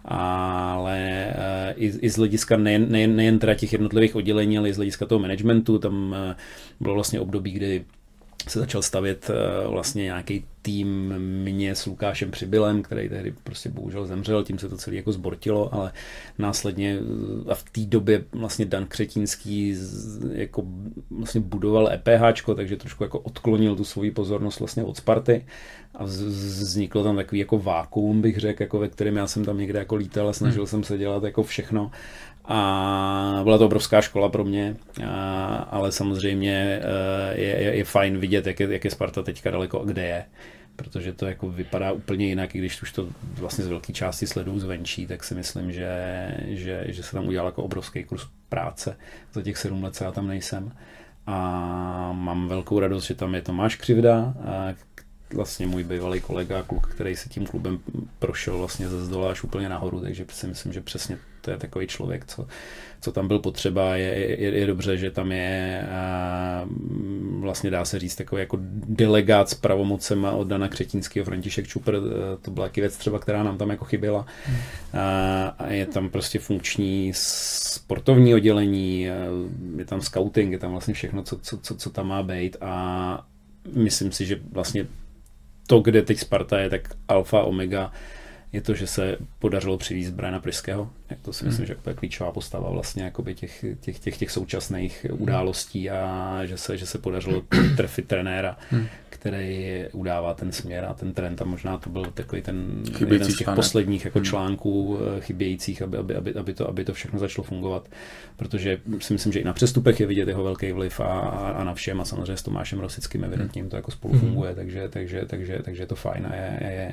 Ale i z hlediska nejen teda těch jednotlivých oddělení, ale i z hlediska toho managementu, tam bylo vlastně období, kdy se začal stavět vlastně nějaký tým mě s Lukášem Přibylem, který tehdy prostě bohužel zemřel, tím se to celé jako zbortilo, ale následně a v té době vlastně Dan Křetínský jako vlastně budoval EPHčko, takže trošku jako odklonil tu svoji pozornost vlastně od Sparty a vzniklo tam takový jako vákuum, bych řekl, jako ve kterém já jsem tam někde jako lítal a snažil jsem se dělat jako všechno. A byla to obrovská škola pro mě, ale samozřejmě je fajn vidět, jak je Sparta teďka daleko a kde je. Protože to jako vypadá úplně jinak, i když už to vlastně z velké části sleduju zvenčí, tak si myslím, že se tam udělal jako obrovský kus práce za těch 7 let, co já tam nejsem. A mám velkou radost, že tam je Tomáš Křivda, vlastně můj bývalý kolega, kluk, který se tím klubem prošel vlastně ze zdola až úplně nahoru, takže si myslím, že přesně to je takový člověk, co tam byl potřeba. Je dobře, že tam je vlastně dá se říct takový jako delegát s pravomocema od Dana Křetínského, František Čupr, to byla taky věc třeba, která nám tam jako chyběla. A je tam prostě funkční sportovní oddělení, je tam scouting, je tam vlastně všechno, co tam má být a myslím si, že vlastně to, kde teď Sparta je, tak alfa, omega je to, že se podařilo přivést Briana Priského. To si myslím, že je klíčová postava vlastně jakoby těch současných událostí a že se podařilo trefit trenéra, který udává ten směr a ten trend a možná to byl takový ten jeden z těch posledních jako článků chybějících, aby to všechno začalo fungovat, protože si myslím, že i na přestupech je vidět jeho velký vliv a na všem a samozřejmě s Tomášem Rosickým evidentním to jako spolu funguje, takže je to fajn a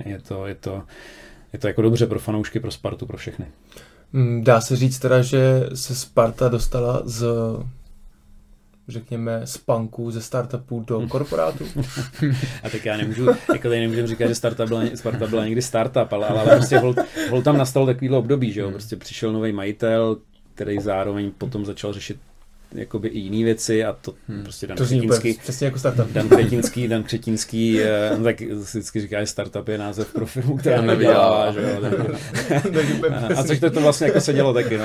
je to jako dobře pro fanoušky, pro Spartu, pro všechny. Dá se říct teda, že se Sparta dostala z, řekněme, z punků, ze startupů do korporátu? A tak já nemůžu, jako tady nemůžu říkat, že Sparta byla někdy startup, ale prostě hol tam nastalo takovýhle období, že jo, prostě přišel nový majitel, který zároveň potom začal řešit jakoby i jiný věci a to prostě Dan Křetínský. Přesně jako startup. Dan Křetínský, tak vždycky říká, že startup je název pro firmu, která nevydělává, že jo. A což to vlastně jako se dělo taky, no.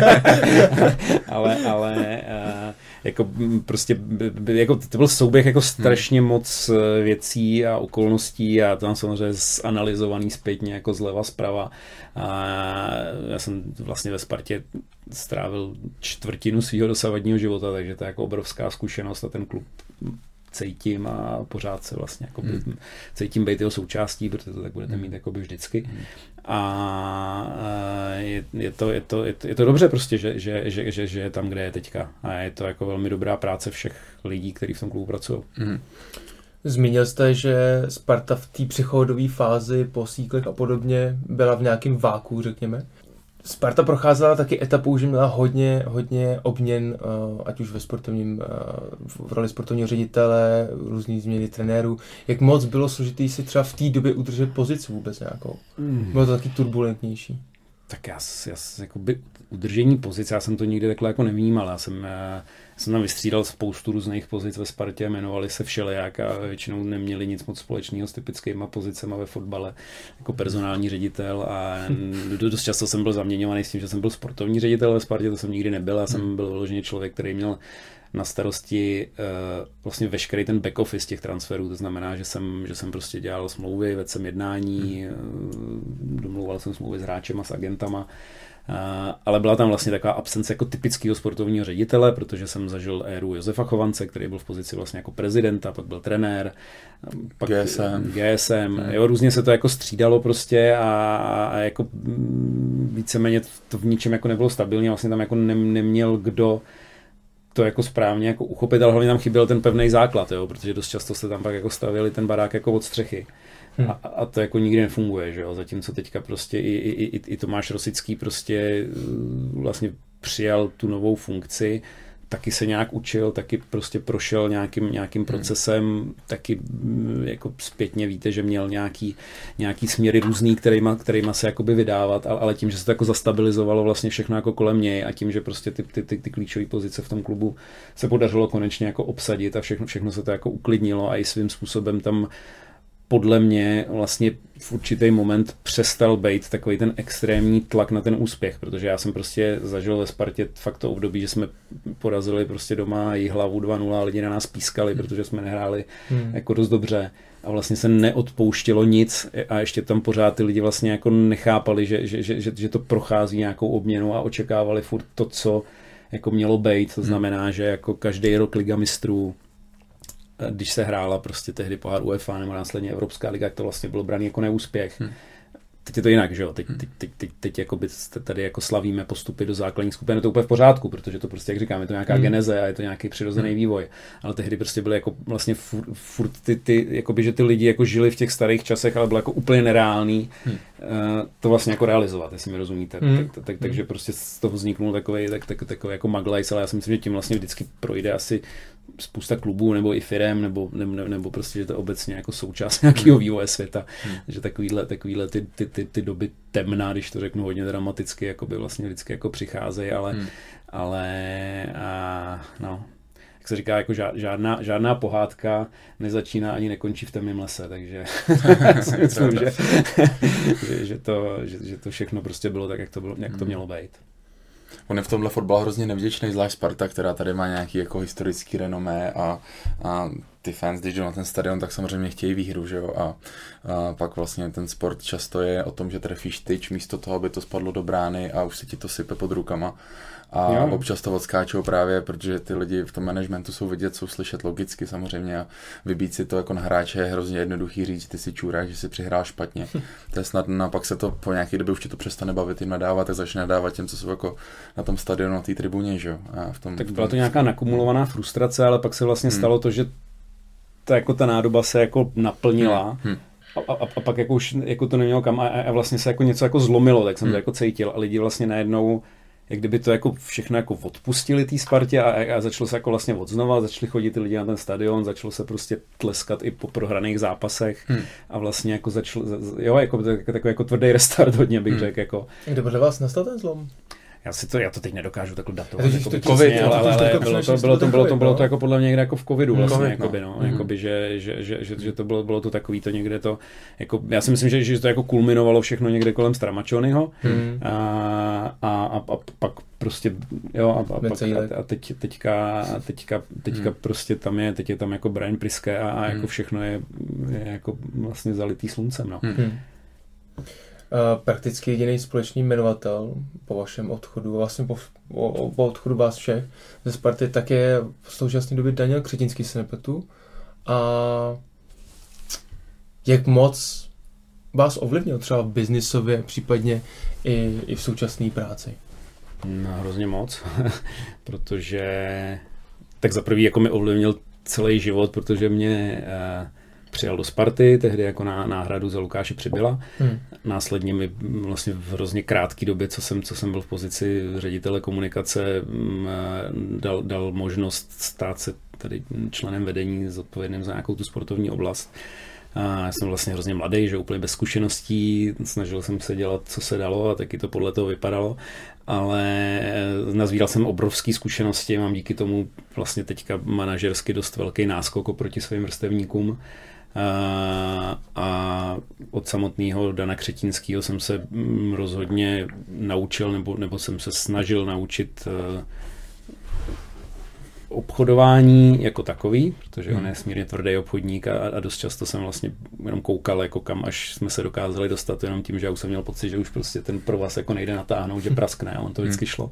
ale jako prostě jako to byl souběh jako strašně moc věcí a okolností a tam samozřejmě zanalyzovaný zpětně jako zleva zprava. A já jsem vlastně ve Spartě strávil čtvrtinu svého dosavadního života, takže to je jako obrovská zkušenost a ten klub cítím a pořád se vlastně jako cítím být jeho součástí, protože to tak budete mít jako vždycky. A je to dobře prostě, že je tam, kde je teďka. A je to jako velmi dobrá práce všech lidí, kteří v tom klubu pracují. Zmínil jste, že Sparta v té přechodové fázi po Síklech a podobně byla v nějakém váku, řekněme. Sparta procházela taky etapou, že měla hodně obměn, ať už ve sportovním, v roli sportovního ředitele, různý změny trenérů. Jak moc bylo složitý si třeba v té době udržet pozici vůbec nějakou? Bylo to taky turbulentnější? Tak já jakoby udržení pozice, já jsem to nikdy takhle jako nevnímal. Já jsem tam vystřídal spoustu různých pozic ve Spartě, jmenovali se všelijak a většinou neměli nic moc společného s typickýma pozicema ve fotbale, jako personální ředitel a dost často jsem byl zaměňovaný s tím, že jsem byl sportovní ředitel ve Spartě, to jsem nikdy nebyl, já jsem byl vyloženě člověk, který měl na starosti vlastně veškerý ten back office těch transferů, to znamená, že jsem prostě dělal smlouvy, vedl jsem jednání, domlouval jsem smlouvy s hráčema, s agentama, ale byla tam vlastně taková absence jako typického sportovního ředitele, protože jsem zažil éru Josefa Chovance, který byl v pozici vlastně jako prezidenta, pak byl trenér, pak GSM. Jo, různě se to jako střídalo prostě a jako víceméně to v ničem jako nebylo stabilně, vlastně tam jako neměl kdo to jako správně jako uchopit, ale hlavně tam chyběl ten pevný základ, jo, protože dost často se tam pak jako stavěli ten barák jako od střechy. A to jako nikdy nefunguje, že jo, zatímco teďka prostě i Tomáš Rosický prostě vlastně přijal tu novou funkci, taky se nějak učil, taky prostě prošel nějakým procesem, taky jako zpětně víte, že měl nějaký směry různý, kterýma se jakoby vydávat, ale tím, že se to jako zastabilizovalo vlastně všechno jako kolem něj a tím, že prostě ty klíčové pozice v tom klubu se podařilo konečně jako obsadit a všechno se to jako uklidnilo a i svým způsobem tam podle mě vlastně v určitý moment přestal být takový ten extrémní tlak na ten úspěch, protože já jsem prostě zažil ve Spartě fakt to období, že jsme porazili prostě doma Jihlavu 2-0 a lidi na nás pískali, protože jsme nehráli jako dost dobře a vlastně se neodpouštělo nic a ještě tam pořád ty lidi vlastně jako nechápali, že to prochází nějakou obměnu a očekávali furt to, co jako mělo být, to znamená, že jako každý rok Liga mistrů, když se hrála prostě tehdy pohár UEFA nebo následně Evropská liga, to vlastně bylo braný jako neúspěch. Teď je to jinak, že jo? Teď jakoby tady jako slavíme postupy do základních skupin, je to úplně v pořádku, protože to prostě, jak říkám, je to nějaká geneze a je to nějaký přirozený vývoj. Ale tehdy prostě byly jako vlastně furt ty jakoby, že ty lidi jako žili v těch starých časech, ale bylo jako úplně nereálný to vlastně jako realizovat, jestli mi rozumíte. Takže prostě z toho vzniknul takový jako maglajs, ale já si myslím, že tím vlastně vždycky projde asi spousta klubů nebo i firem, nebo prostě, že to obecně jako součást nějakého vývoje světa, že takovýhle ty doby temná, když to řeknu hodně dramaticky, jako by vlastně vždycky jako přicházejí, no, jak se říká, jako žádná pohádka nezačíná ani nekončí v temném lese, takže si myslím, že to všechno prostě bylo tak, jak to mělo být. On je v tomhle fotbal hrozně nevděčný, zvlášť Sparta, která tady má nějaký jako historický renomé a ty fans, když jdou na ten stadion, tak samozřejmě chtějí výhru, že jo, a pak vlastně ten sport často je o tom, že trefíš tyč místo toho, aby to spadlo do brány a už se ti to sype pod rukama. A jo. Občas to odskáčou právě, protože ty lidi v tom managementu jsou vidět, jsou slyšet logicky samozřejmě a vybít si to jako na hráče je hrozně jednoduchý říct, ty si čůrák, že si přihrál špatně. To je snadno a pak se to po nějaké době už ti to přestane bavit, jim nadávat, tak začne nadávat těm, co jsou jako na tom stadionu, na té tribuně, že jo. Tak byla to nějaká nakumulovaná frustrace, ale pak se vlastně stalo to, že ta nádoba se jako naplnila. A pak jako už jako to nemělo kam a vlastně se jako něco jako zlomilo, tak jsem to jako cítil a lidi vlastně najednou jak kdyby to jako všechno jako odpustili té Spartě a začalo se jako vlastně odznova, začali chodit ty lidi na ten stadion, začalo se prostě tleskat i po prohraných zápasech a vlastně jako začalo, jo, jako takový jako tvrdý restart hodně bych řekl jako. Kde podle vás nastal ten zlom? Já to teď nedokážu takhle datovat, jako COVID, ale bylo to jako podle mě někde jako v covidu vlastně, jakoby, že to bylo to takový to někde to, jako, já si myslím, že to jako kulminovalo všechno někde kolem Stramaccioniho a pak prostě, jo, a teďka prostě teď je tam jako Brian Priske a jako všechno je jako vlastně zalitý sluncem, no. Prakticky jediný společný jmenovatel po vašem odchodu, vlastně po odchodu vás všech ze Sparty, tak je v současné době Daniel Křetínský, se nepletu. A jak moc vás ovlivnil třeba v biznisově, případně i v současné práci? No, hrozně moc, protože tak za prvý jako mi ovlivnil celý život, protože mě přijal do Sparty, tehdy jako na náhradu za Lukáše Přibyla. Následně mi vlastně v hrozně krátké době, co jsem byl v pozici ředitele komunikace, dal možnost stát se tady členem vedení zodpovědným za nějakou tu sportovní oblast. A já jsem vlastně hrozně mladý, že úplně bez zkušeností, snažil jsem se dělat, co se dalo a taky to podle toho vypadalo, ale nazbíral jsem obrovské zkušenosti, mám díky tomu vlastně teďka manažersky dost velký náskok oproti svým vrstevníkům. A od samotného Dana Křetínského jsem se rozhodně naučil, nebo jsem se snažil naučit obchodování jako takový, protože on je smírně tvrdý obchodník a dost často jsem vlastně jenom koukal, jako kam až jsme se dokázali dostat jenom tím, že já už jsem měl pocit, že už prostě ten provaz jako nejde natáhnout, že praskne a on to vždycky šlo.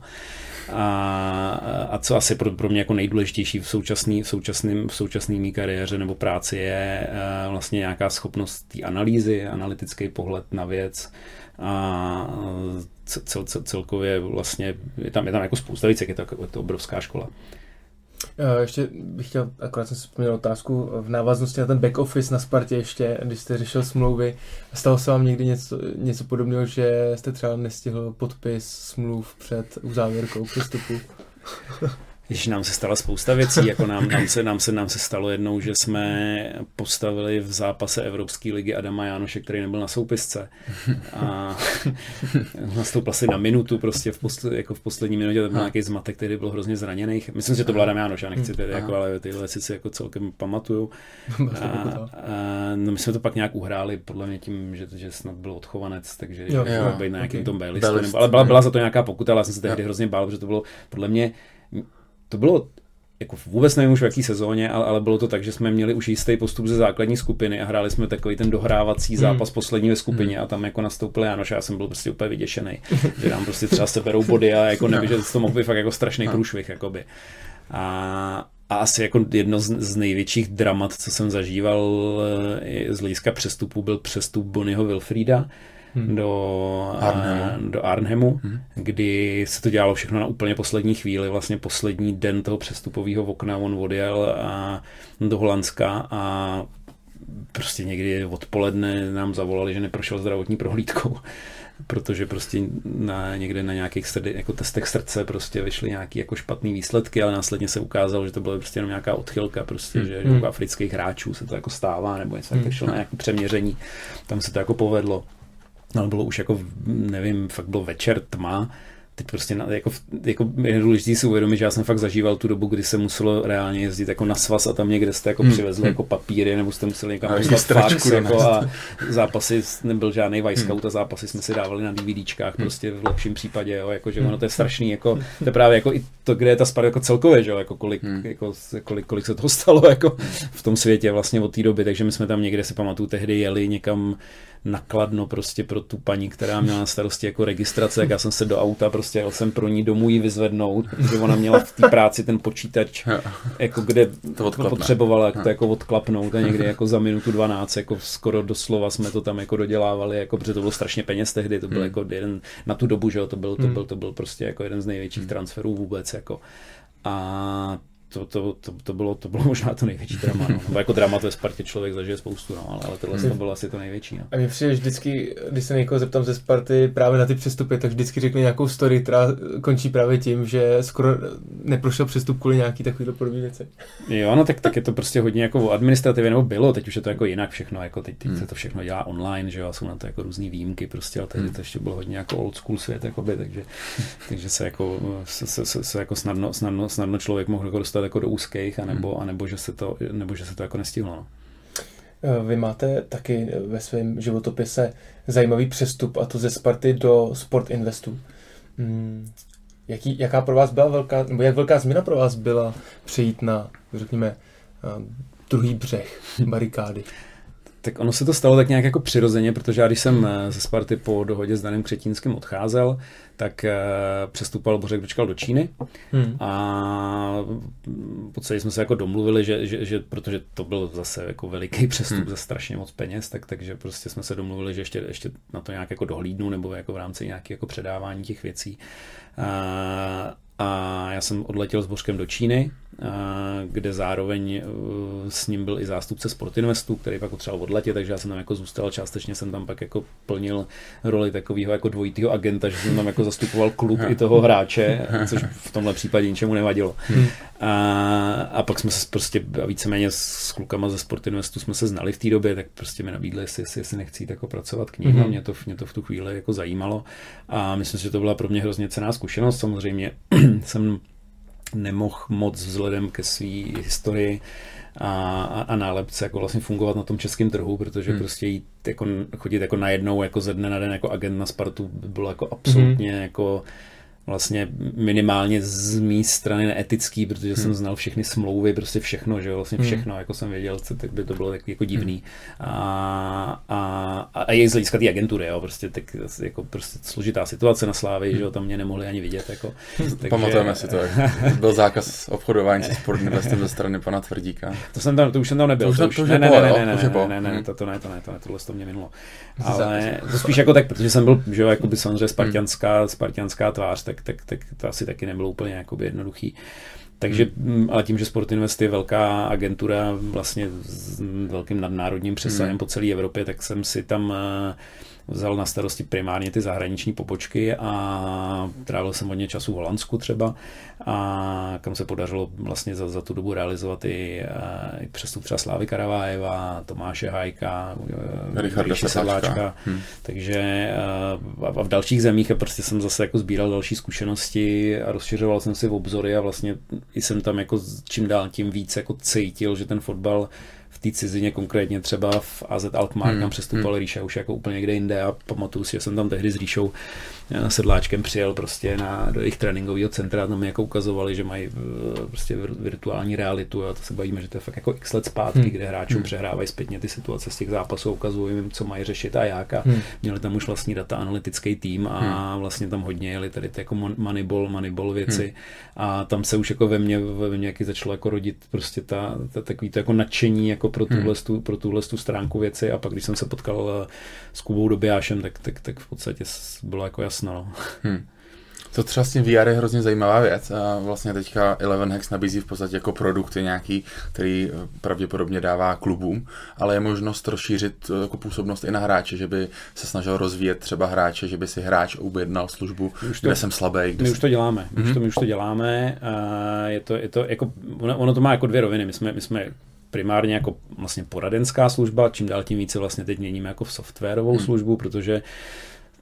A co asi pro mě jako nejdůležitější v současné mý kariéře nebo práci je vlastně nějaká schopnost té analýzy, analytický pohled na věc a celkově vlastně je tam jako spousta věcí, je to obrovská škola. Ještě bych chtěl, akorát jsem si vzpomněl otázku, v návaznosti na ten back office na Spartě ještě, když jste řešil smlouvy, stalo se vám někdy něco podobného, že jste třeba nestihl podpis smluv před uzávěrkou přestupu? Když nám se stala spousta věcí, jako nám se stalo jednou, že jsme postavili v zápase Evropské ligy Adama Jánoše, který nebyl na soupisce. A nastoupil asi na minutu, prostě v poslední minutě, to byl nějaký zmatek, který byl hrozně zraněný. Myslím, že to byl Adam Jánoš, já nechci ale tyhle věci si jako celkem pamatuju. No my jsme to pak nějak uhráli, podle mě tím, že snad byl odchovanec, takže mohl být na nějakém tom B-listu. Ale byla za to nějaká pokuta, ale já jsem se tehdy hrozně bál, protože to bylo podle mě to bylo, jako vůbec nevím už v jaký sezóně, ale bylo to tak, že jsme měli už jistý postup ze základní skupiny a hráli jsme takový ten dohrávací zápas poslední ve skupině a tam jako nastoupil Jánoš a já jsem byl prostě úplně vyděšený, že nám prostě třeba seberou body a jako nevím, že to mohl být fakt jako strašný průšvih, jakoby. A asi jako jedno z největších dramat, co jsem zažíval z hlediska přestupu, byl přestup Bonnyho Wilfrieda do Arnhemu, kdy se to dělalo všechno na úplně poslední chvíli, vlastně poslední den toho přestupového okna, on odjel do Holandska a prostě někdy odpoledne nám zavolali, že neprošel zdravotní prohlídkou, protože prostě někde na nějakých jako testech srdce prostě vyšly nějaký jako špatný výsledky, ale následně se ukázalo, že to bylo prostě jenom nějaká odchylka, prostě, že u afrických hráčů se to jako stává, nebo něco tak šlo na nějaké přeměření, tam se to jako povedlo. Ale bylo už jako, nevím, fakt byl večer, tma, teď prostě jako je důležitý si uvědomit, že já jsem fakt zažíval tu dobu, kdy se muselo reálně jezdit jako na svaz a tam někde jste jako přivezli jako papíry, nebo jste museli někam poslat fax jako a zápasy, nebyl žádný Wisecout a zápasy jsme si dávali na DVDčkách prostě v lepším případě, jo, jako že ono to je strašný, jako to je právě jako i to, kde je ta Sparta jako celkově, že jo, jako kolik se toho stalo jako v tom světě vlastně od té doby, takže my jsme tam někde, si pamatuju, tehdy jeli někam na Kladno prostě pro tu paní, která měla na starosti jako registrace, jak já jsem se do auta, prostě jel jsem pro ní domů jí vyzvednout, protože ona měla v té práci ten počítač, jako kde to potřebovala to jako odklapnout a někdy jako za minutu 12, jako skoro doslova jsme to tam jako dodělávali, jako, protože to bylo strašně peněz tehdy, to byl jako jeden, na tu dobu, že jo, to byl prostě jako jeden z největších transferů vůbec, jako. A to bylo možná to největší drama, no. Nebo jako drama to je Spartě člověk zažije spoustu, no, ale tohle to bylo asi to největší. No. A mě přijde vždycky, když se někoho zeptám ze Sparty právě na ty přestupy, tak vždycky řekne nějakou story, která končí právě tím, že skoro neprošel přestup kvůli nějaký takovýhle podobné věci. Jo, no tak je to prostě hodně jako o administrativě, nebo bylo, teď už je to jako jinak všechno, jako teď se to všechno dělá online, že jo, jsou na to jako různý výjimky prostě, ale tehdy to ještě bylo hodně jako old school svět, jakoby, takže se jako snadno člověk mohl jako dostat jako do úzkých, anebo že se to jako nestihlo. No. Vy máte taky ve svém životopise zajímavý přestup, a to ze Sparty do Sport Investu. Jaká pro vás byla nebo jak velká změna pro vás byla přejít na, řekněme, druhý břeh barikády? Tak ono se to stalo tak nějak jako přirozeně, protože já když jsem ze Sparty po dohodě s Danem Křetínským odcházel, tak přestupoval Bořek Dočkal do Číny a v podstatě jsme se jako domluvili, že protože to byl zase jako veliký přestup za strašně moc peněz, takže prostě jsme se domluvili, že ještě na to nějak jako dohlídnu nebo jako v rámci nějakého jako předávání těch věcí. A já jsem odletěl s Bořkem do Číny, kde zároveň s ním byl i zástupce Sport Investu, který pak potřeboval odletět, takže já jsem tam jako zůstal, částečně jsem tam pak jako plnil roli takového jako dvojitýho agenta, že jsem tam jako zastupoval klub i toho hráče, což v tomhle případě ničemu nevadilo. A pak jsme se prostě víceméně s klukama ze Sport Investu jsme se znali v té době, tak prostě mi nabídli, jestli nechci jít jako pracovat k ním, a mě to v tu chvíli jako zajímalo a myslím si, že to byla pro mě hrozně cenná zkušenost. Samozřejmě jsem nemohl moc vzhledem ke své historii a nálepce jako vlastně fungovat na tom českém trhu, protože prostě jít jako, chodit jako najednou jako ze dne na den jako agent na Spartu bylo jako absolutně jako vlastně minimálně z mé strany neetický, protože jsem znal všechny smlouvy, prostě všechno, že jo, vlastně všechno, jako jsem věděl, tak by to bylo tak jako divný. A je z hlediska té agentury, jo, prostě tak jako prostě složitá situace na Slávii, že jo, tam mě nemohli ani vidět, jako. Takže... Pamatujeme si to, byl zákaz obchodování se Sport Investem ze strany pana Tvrdíka. To už jsem tam nebyl. Ne, tohle to mě minulo. Ale to spíš jako tak, protože jsem byl, že jo, jakoby samozřejmě spartianská tvář, tak to asi taky nebylo úplně jakoby jednoduchý. Takže, ale tím, že Sport Invest je velká agentura vlastně s velkým nadnárodním přesahem po celé Evropě, tak jsem si tam vzal na starosti primárně ty zahraniční pobočky a trávil jsem hodně času v Holandsku třeba, a kam se podařilo vlastně za tu dobu realizovat i přestup třeba Slávy Karavájeva, Tomáše Hájka, Richarda Sedláčka. Takže a v dalších zemích prostě jsem zase jako sbíral další zkušenosti a rozšiřoval jsem si v obzory a vlastně i jsem tam jako čím dál tím víc jako cítil, že ten fotbal v té cizině, konkrétně třeba v AZ Alkmaar, kam přestupoval Ríša už jako úplně někde jinde, a pamatuju si, že jsem tam tehdy s Ríšou Sedláčkem přijel prostě do jejich tréninkového centra a tam mi jako ukazovali, že mají prostě virtuální realitu, a to se bavíme, že to je fakt jako x let zpátky, kde hráčům přehrávají zpětně ty situace z těch zápasů, ukazují jim, co mají řešit a jak, a měli tam už vlastní data analytický tým a vlastně tam hodně jeli tady ty jako moneyball věci, a tam se už jako ve mně jaký začalo jako rodit prostě takový to jako nadšení jako pro tuhle stránku věci, a pak když jsem se potkal s Kubou Dobijášem, tak v podstatě bylo jako jasno. No. To třeba s tím VR je hrozně zajímavá věc a vlastně teďka Eleven Hacks nabízí v podstatě jako produkty nějaký, který pravděpodobně dává klubům, ale je možnost rozšířit jako působnost i na hráče, že by se snažil rozvíjet třeba hráče, že by si hráč objednal službu, kde jsem slabý. My už to děláme. My už to děláme. Je to jako, ono to má jako dvě roviny. My jsme primárně jako vlastně poradenská služba, čím dál tím více vlastně teď měníme jako v softwarovou službu, protože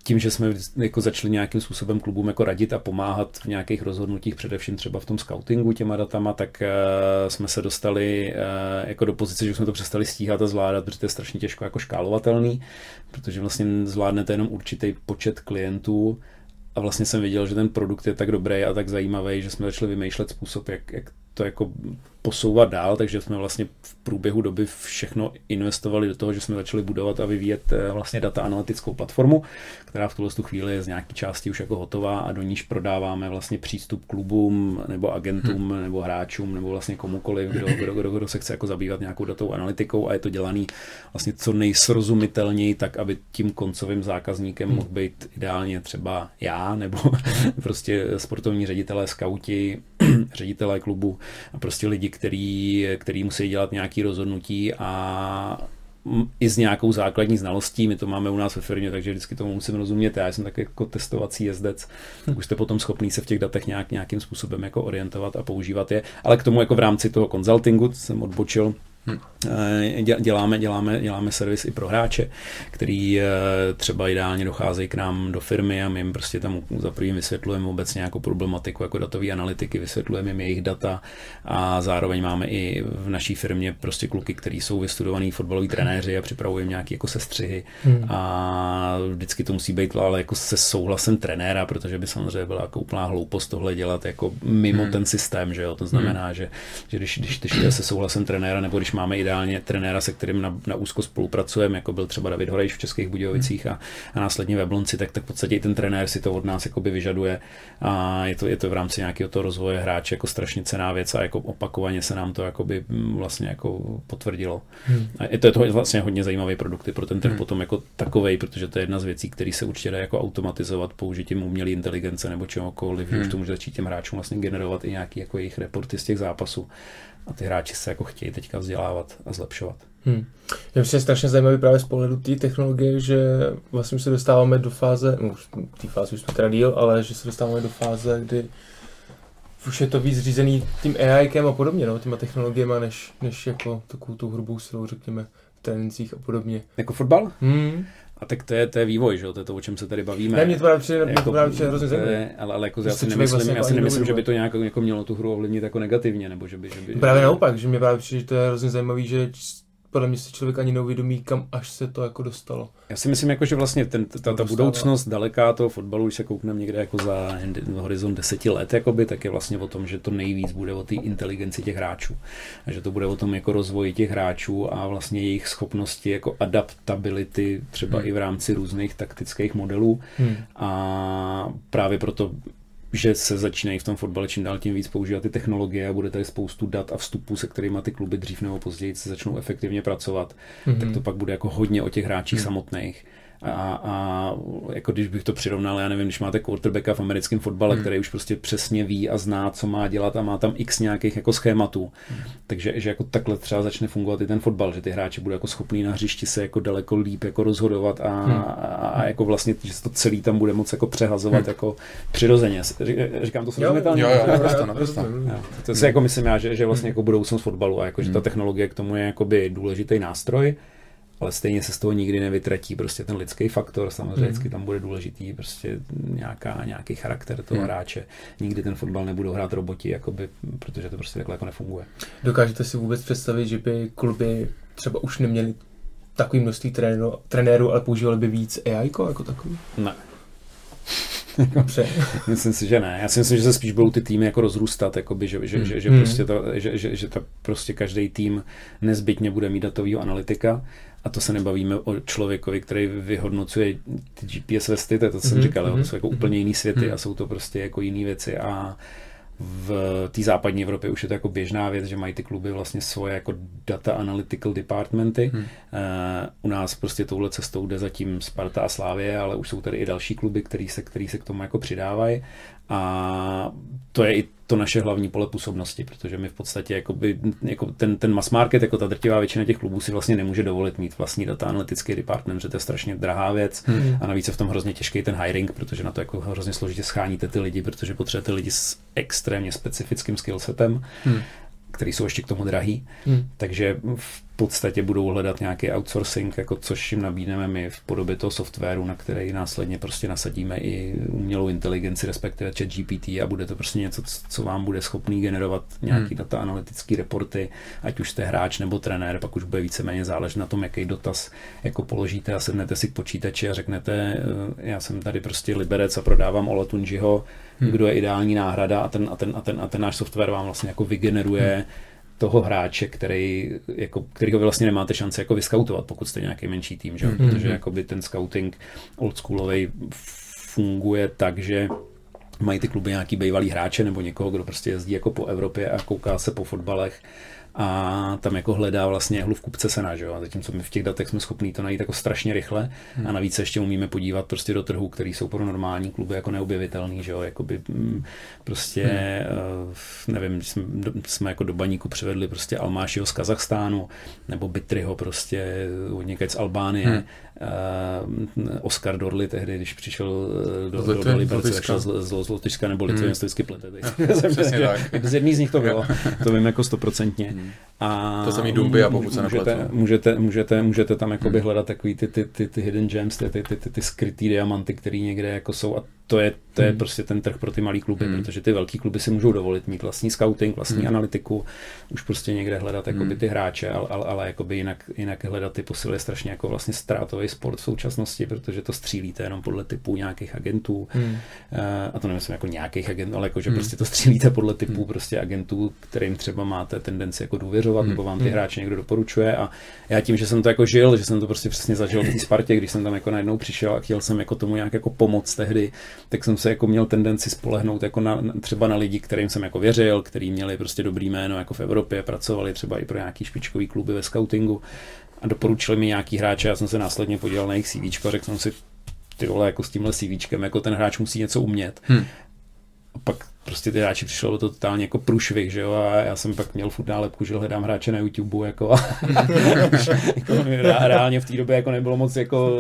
tím, že jsme jako začali nějakým způsobem klubům jako radit a pomáhat v nějakých rozhodnutích, především třeba v tom scoutingu těma datama, tak jsme se dostali jako do pozice, že jsme to přestali stíhat a zvládat, protože to je strašně těžko jako škálovatelný, protože vlastně zvládnete jenom určitý počet klientů a vlastně jsem viděl, že ten produkt je tak dobrý a tak zajímavý, že jsme začali vymýšlet způsob, jak to jako posouvat dál, takže jsme vlastně v průběhu doby všechno investovali do toho, že jsme začali budovat a vyvíjet vlastně data analytickou platformu, která v tuhle chvíli je z nějaké části už jako hotová a do níž prodáváme vlastně přístup klubům nebo agentům nebo hráčům nebo vlastně komukoliv, kdo se chce jako zabývat nějakou datovou analytikou a je to dělaný vlastně co nejsrozumitelněji tak, aby tím koncovým zákazníkem mohl být ideálně třeba já nebo prostě sportovní ředitelé, skauti, ředitelé klubu a prostě lidi, který musí dělat nějaké rozhodnutí a i s nějakou základní znalostí, my to máme u nás ve firmě, takže vždycky tomu musím rozumět, já jsem takový jako testovací jezdec, tak už jste potom schopný se v těch datech nějakým způsobem jako orientovat a používat je, ale k tomu jako v rámci toho konzultingu jsem odbočil, děláme servis i pro hráče, který třeba ideálně docházejí k nám do firmy a my jim prostě tam za první vysvětlujeme obecně nějakou problematiku jako datové analytiky, vysvětlujeme jim jejich data a zároveň máme i v naší firmě prostě kluky, kteří jsou vystudovaní fotbaloví trenéři a připravujeme nějaké jako sestřihy a vždycky to musí být ale jako se souhlasem trenéra, protože by samozřejmě byla jako úplná hloupost tohle dělat jako mimo ten systém, že jo, to znamená, že když se souhlasem trenéra nebo když máme ideálně trenéra, se kterým na úzko spolupracujeme, jako byl třeba David Horejš v Českých Budějovicích a následně v Jablonci, tak v podstatě i ten trenér si to od nás jakoby vyžaduje a je to v rámci nějakého toho rozvoje hráče jako strašně cenná věc a jako opakovaně se nám to jakoby vlastně jako potvrdilo. A je to vlastně hodně zajímavý produkt pro ten trh potom jako takovej, protože to je jedna z věcí, které se určitě dá jako automatizovat použitím umělé inteligence nebo čehokoliv, už to může začít těm hráčům vlastně generovat i nějaký jako jejich reporty z těch zápasů. A ty hráči se jako chtějí teďka vzdělávat a zlepšovat. Je přesně strašně zajímavý právě z pohledu té technologie, že vlastně se dostáváme do fáze, té fáze už jsme teda díl, ale že se dostáváme do fáze, kdy už je to víc řízený tím AIkem a podobně, no, těma technologiemi, než jako takovou tu hrubou silou, řekněme, v trénincích a podobně. Jako fotbal? A tak to je vývoj, že jo? To je to, o čem se tady bavíme. Ne, mě to právě přijde hrozně zajímavé. Ale jako já si nemyslím, že by to nějak jako mělo tu hru ovlivnit jako negativně, nebo že by... Právě naopak, že mě právě přijde, že to je hrozně zajímavý, že podle mě se člověk ani neuvědomí, kam až se to jako dostalo. Já si myslím, jako, že vlastně ta budoucnost daleká toho fotbalu, když se koukneme někde jako za horizont 10 let, jakoby, tak je vlastně o tom, že to nejvíc bude o té inteligenci těch hráčů. A že to bude o tom jako rozvoji těch hráčů a vlastně jejich schopnosti jako adaptability třeba i v rámci různých taktických modelů. A právě proto že se začínají v tom fotbale čím dál tím víc používat ty technologie a bude tady spoustu dat a vstupů, se kterými ty kluby dřív nebo později se začnou efektivně pracovat, tak to pak bude jako hodně o těch hráčích samotných. A jako když bych to přirovnal, já nevím, když máte quarterbacka v americkém fotbale, který už prostě přesně ví a zná, co má dělat a má tam x nějakých jako schématů. Takže že jako takhle třeba začne fungovat i ten fotbal, že ty hráči budou jako schopní na hřišti se jako daleko líp jako rozhodovat a jako vlastně, že se to celý tam bude moc jako přehazovat jako přirozeně. Říkám to srozumitelně? Jo, naprosto. To si jako myslím já, že vlastně jako budoucnost fotbalu a jako, že ta technologie k tomu je jakoby důležitý nástroj, ale stejně se z toho nikdy nevytratí prostě ten lidský faktor, samozřejmě vždycky tam bude důležitý prostě nějaký charakter toho hráče. Nikdy ten fotbal nebudou hrát roboti, jakoby, protože to prostě takhle jako nefunguje. Dokážete si vůbec představit, že by kluby třeba už neměli takový množství trenérů, ale používali by víc AI jako takový? Ne. Myslím si, že ne. Já si myslím, že se spíš budou ty týmy jako rozrůstat, jakoby, že prostě každý tým nezbytně bude mít datovýho analytika. A to se nebavíme o člověkovi, který vyhodnocuje ty GPS vesty, to je to, co jsem říkal, to jsou jako úplně jiný světy a jsou to prostě jako jiný věci a v té západní Evropě už je to jako běžná věc, že mají ty kluby vlastně svoje jako data analytical departmenty. U nás prostě touhle cestou jde zatím Sparta a Slavie, ale už jsou tady i další kluby, který se k tomu jako přidávají. A to je i to naše hlavní pole působnosti, protože my v podstatě jako ten mass market, jako ta drtivá většina těch klubů si vlastně nemůže dovolit mít vlastní data analytický department, že to je strašně drahá věc a navíc je v tom hrozně těžký ten hiring, protože na to jako hrozně složitě scháníte ty lidi, protože potřebujete lidi s extrémně specifickým skillsetem, který jsou ještě k tomu drahý. Takže podstatě budou hledat nějaký outsourcing, jako což jim nabídneme my v podobě toho softwaru, na který následně prostě nasadíme i umělou inteligenci, respektive ChatGPT a bude to prostě něco, co vám bude schopný generovat nějaký data analytické reporty, ať už jste hráč nebo trenér, pak už bude víceméně záležet na tom, jaký dotaz jako položíte a sednete si k počítači a řeknete, já jsem tady prostě Liberec a prodávám Ola Tunžiho, kdo je ideální náhrada a ten náš software vám vlastně jako vygeneruje toho hráče, kterýho vy vlastně nemáte šanci jako vyskautovat, pokud jste nějaký menší tým, že? Protože jakoby ten scouting oldschoolovej funguje tak, že mají ty kluby nějaký bývalý hráče nebo někoho, kdo prostě jezdí jako po Evropě a kouká se po fotbalech a tam jako hledá vlastně jehlu v kupce sena, že jo? A zatímco my v těch datech jsme schopní to najít jako strašně rychle a navíc ještě umíme podívat prostě do trhu, který jsou pro normální kluby jako neobjevitelný, že jo? Jakoby prostě nevím, jsme jako do Baníku přivedli prostě Almášiho z Kazachstánu nebo Bitryho prostě od někaď z Albánie. Oskar Dorli tehdy, když přišel do Liberce, tak šel z Lotyšska nebo Litvy, to vždycky plete. Přesně tak. Z jedný z nich to bylo, to vím jako 100%. A to samý Dumby a pokud se nepletu. Můžete tam jakoby hledat takový ty hidden gems, ty skrytý diamanty, který někde jako jsou a to je prostě ten trh pro ty malý kluby, protože ty velký kluby si můžou dovolit mít vlastní scouting, vlastní analytiku, už prostě někde hledat jakoby ty hráče, ale jakoby jinak hledat ty posily je strašně jako vlastně ztrátový sport v současnosti, protože to střílíte jenom podle typů nějakých agentů. A to nemyslím jako nějakých agentů, ale jako, že prostě to střílíte podle typů prostě agentů, kterým třeba máte tendenci jako důvěřovat, nebo vám ty hráče někdo doporučuje a já tím, že jsem to jako žil, že jsem to prostě přesně zažil v té Spartě, když jsem tam jako najednou přišel a chtěl jsem jako tomu nějak jako pomoct tehdy, tak jsem se jako měl tendenci spolehnout jako třeba na lidi, kterým jsem jako věřil, kteří měli prostě dobrý jméno jako v Evropě, pracovali třeba i pro nějaký špičkový kluby ve scoutingu a doporučili mi nějaký hráče, já jsem se následně podíval na jejich CVčko a řekl jsem si, ty vole, jako s tímhle CVčkem, jako ten hráč musí něco umět. A pak prostě ty hráči přišlo do to totálně jako průšvih, že jo, a já jsem pak měl furt nálepku, že hledám hráče na YouTube, jako a jako reálně v té době jako nebylo moc jako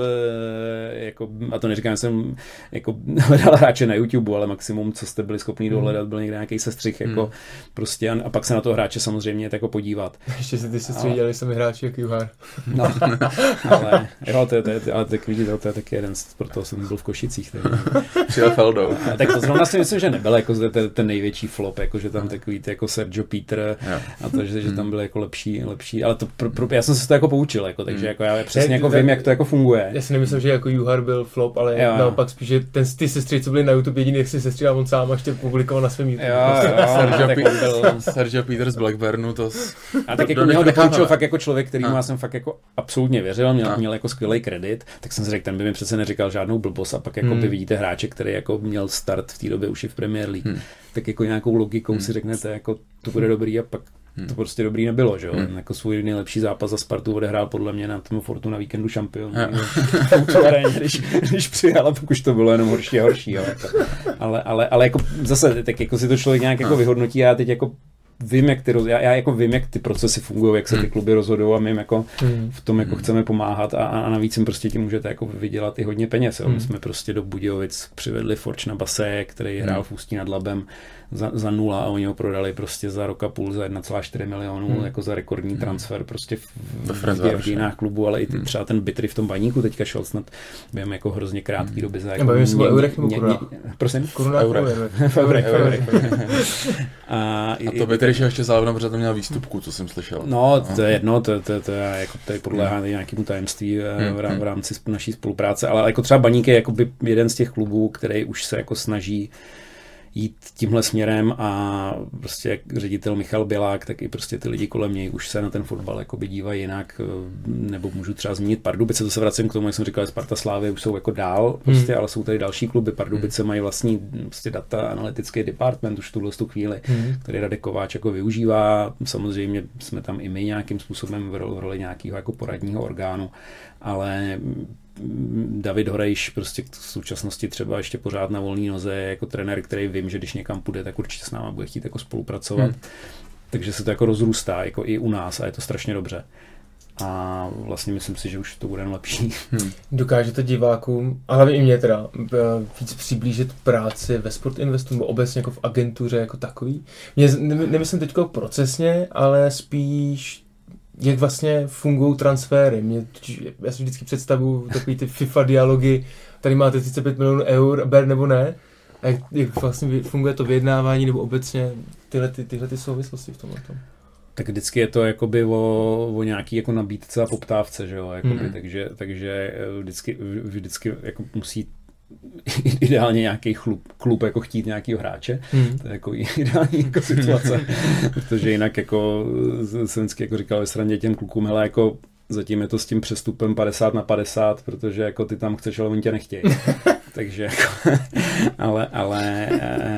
a to neříkám, že jsem jako hledal hráče na YouTube, ale maximum, co jste byli schopni dohledat, byl někde nějaký sestřih, jako prostě a pak se na toho hráče samozřejmě jako podívat. Ještě se ty sestři dělali sami hráči jak Juhar. No, ale jo, ale tak vidíte, to je taky jeden, proto jsem byl v Košicích. Přijel Feldou. Tak to zrovna si myslím, že nebyl jako ten největší flop, jako že tam takový jako Sergio Peter a to, že tam byl jako lepší, ale to já jsem se to jako poučil, jako, takže jako já přesně jako vím, jak to jako funguje. Já si nemyslím, že jako Juhar byl flop, ale naopak spíš, že ty sestry, co byly na YouTube, jediný, jak si sestřídal on sám a ještě publikoval na svém YouTube. Sergio Peter z Blackburnu, to... A tak jako mě ho doporučil fakt jako člověk, kterýmu já jsem fakt jako absolutně věřil, měl jako skvělý kredit, tak jsem si řekl, ten by mi přece neříkal žádnou blbost a pak jako by vidíte hráče, který jako měl start v té době už i v Premier League. Tak jako nějakou logikou si řeknete, jako to bude dobrý a pak to prostě dobrý nebylo, že jo. Jako svůj nejlepší zápas za Spartu odehrál podle mě na tomu Fortuna víkendu šampion. Když přijal, pak už to bylo jenom horší a horší. Jo. Ale jako zase, tak jako si to člověk nějak jako vyhodnotí a já teď jako vím, jak ty procesy fungují, jak se ty kluby rozhodují a my jim jako v tom jako chceme pomáhat a navíc jim prostě tím můžete jako vydělat i hodně peněz. Jo. My jsme prostě do Budějovic přivedli Forč na Base, který hrál v Ústí nad Labem za 0 a oni ho prodali prostě za rok a půl za 1,4 milionu jako za rekordní transfer prostě v dějinách klubu, ale i třeba ten Bitry v tom Baníku teďka šel snad během jako hrozně krátký doby za jako prosím? A to Bitry šel ještě zálevno, protože to měl výstupku, co jsem slyšel. No, to je jedno, to je jako tady podléhá nějakému tajemství v rámci naší spolupráce, ale jako třeba Baník je jakoby jeden z těch klubů, který už se jako snaží jít tímhle směrem a prostě jak ředitel Michal Bělák, tak i prostě ty lidi kolem něj už se na ten fotbal jakoby dívají jinak, nebo můžu třeba zmínit Pardubice, to se vracím k tomu, jak jsem říkal, Sparta, Slávy už jsou jako dál, prostě, ale jsou tady další kluby, Pardubice mají vlastní prostě data analytický department už tu chvíli, který Radek Kováč jako využívá, samozřejmě jsme tam i my nějakým způsobem v roli nějakého jako poradního orgánu, ale David Horejš prostě v současnosti třeba ještě pořád na volné noze jako trenér, který vím, že když někam půjde, tak určitě s náma bude chtít jako spolupracovat. Takže se to jako rozrůstá, jako i u nás a je to strašně dobře. A vlastně myslím si, že už to bude lepší. Dokáže to divákům, a hlavně i mě teda, víc přiblížit práci ve Sport Investu nebo obecně jako v agentuře jako takový? Nemyslím teď procesně, ale spíš jak vlastně fungují transfery. Já si vždycky představuji takový ty FIFA dialogy, tady máte 35 milionů eur, ber nebo ne. A jak vlastně funguje to vyjednávání nebo obecně tyhle ty souvislosti v tomhle tom? Tak vždycky je to jakoby o nějaký jako nabídce a poptávce, že jo, jakoby, takže vždycky jako musí ideálně nějaký klub jako chtít nějakýho hráče, to je jako ideální jako situace, protože jinak jako jsem vždycky jako říkal ve srandě těm klukům, hele jako zatím je to s tím přestupem 50/50, protože jako ty tam chceš, ale oni tě nechtějí. Takže jako, ale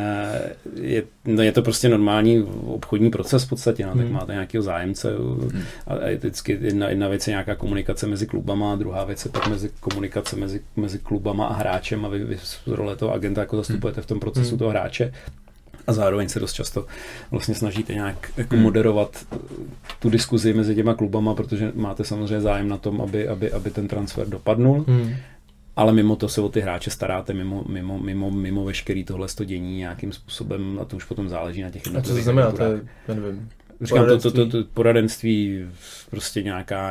je to prostě normální obchodní proces v podstatě, no, tak máte nějakého zájemce a vždycky jedna věc je nějaká komunikace mezi klubama a druhá věc je pak komunikace mezi klubama a hráčem a vy z role toho agenta jako zastupujete v tom procesu toho hráče. A zároveň se dost často vlastně snažíte nějak jako moderovat tu diskuzi mezi těma klubama, protože máte samozřejmě zájem na tom, aby ten transfer dopadnul. Ale mimo to se o ty hráče staráte, mimo veškerý tohle dění nějakým způsobem, a to už potom záleží na těch jednotlivých. A co to znamená? To je, já nevím. Říkám, to poradenství, prostě nějaká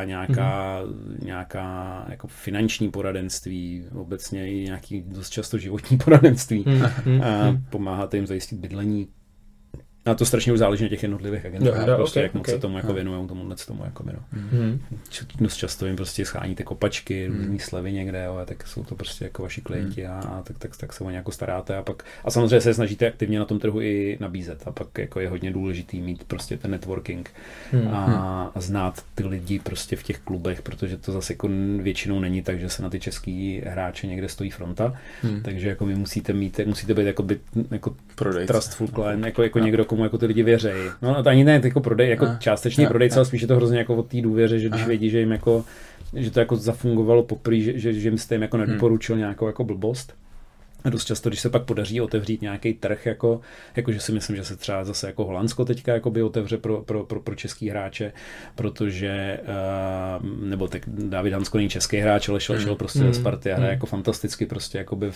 jako finanční poradenství, obecně i nějaký dost často životní poradenství. Pomáháte jim zajistit bydlení. A to strašně už záleží na těch jednotlivých agenturách, prostě jak moc se tomu jako věnujou, tomu jako dost často jim prostě scháníte kopačky, různý slevy někde, jo, a tak jsou to prostě jako vaši klienti a tak se o ně jako staráte a samozřejmě se snažíte aktivně na tom trhu i nabízet a pak jako je hodně důležitý mít prostě ten networking a znát ty lidi prostě v těch klubech, protože to zase jako většinou není tak, že se na ty český hráče někde stojí fronta, takže jako musíte být jako trustful client, jako někdo, komu jako ty lidi věřejí. No to ani ne jako prodej, jako částečný prodejce, ale spíš je to hrozně jako od té důvěře, že když vědí, že jim jako, že to jako zafungovalo poprvé, že jim jste jim jako nedoporučil nějakou jako blbost. A dost často, když se pak podaří otevřít nějaký trh, jako že si myslím, že se třeba zase jako Holandsko teďka jakoby otevře pro český hráče, protože nebo tak David Hansko není český hráč, ale šel prostě ze Sparty a hraje jako fantasticky prostě jakoby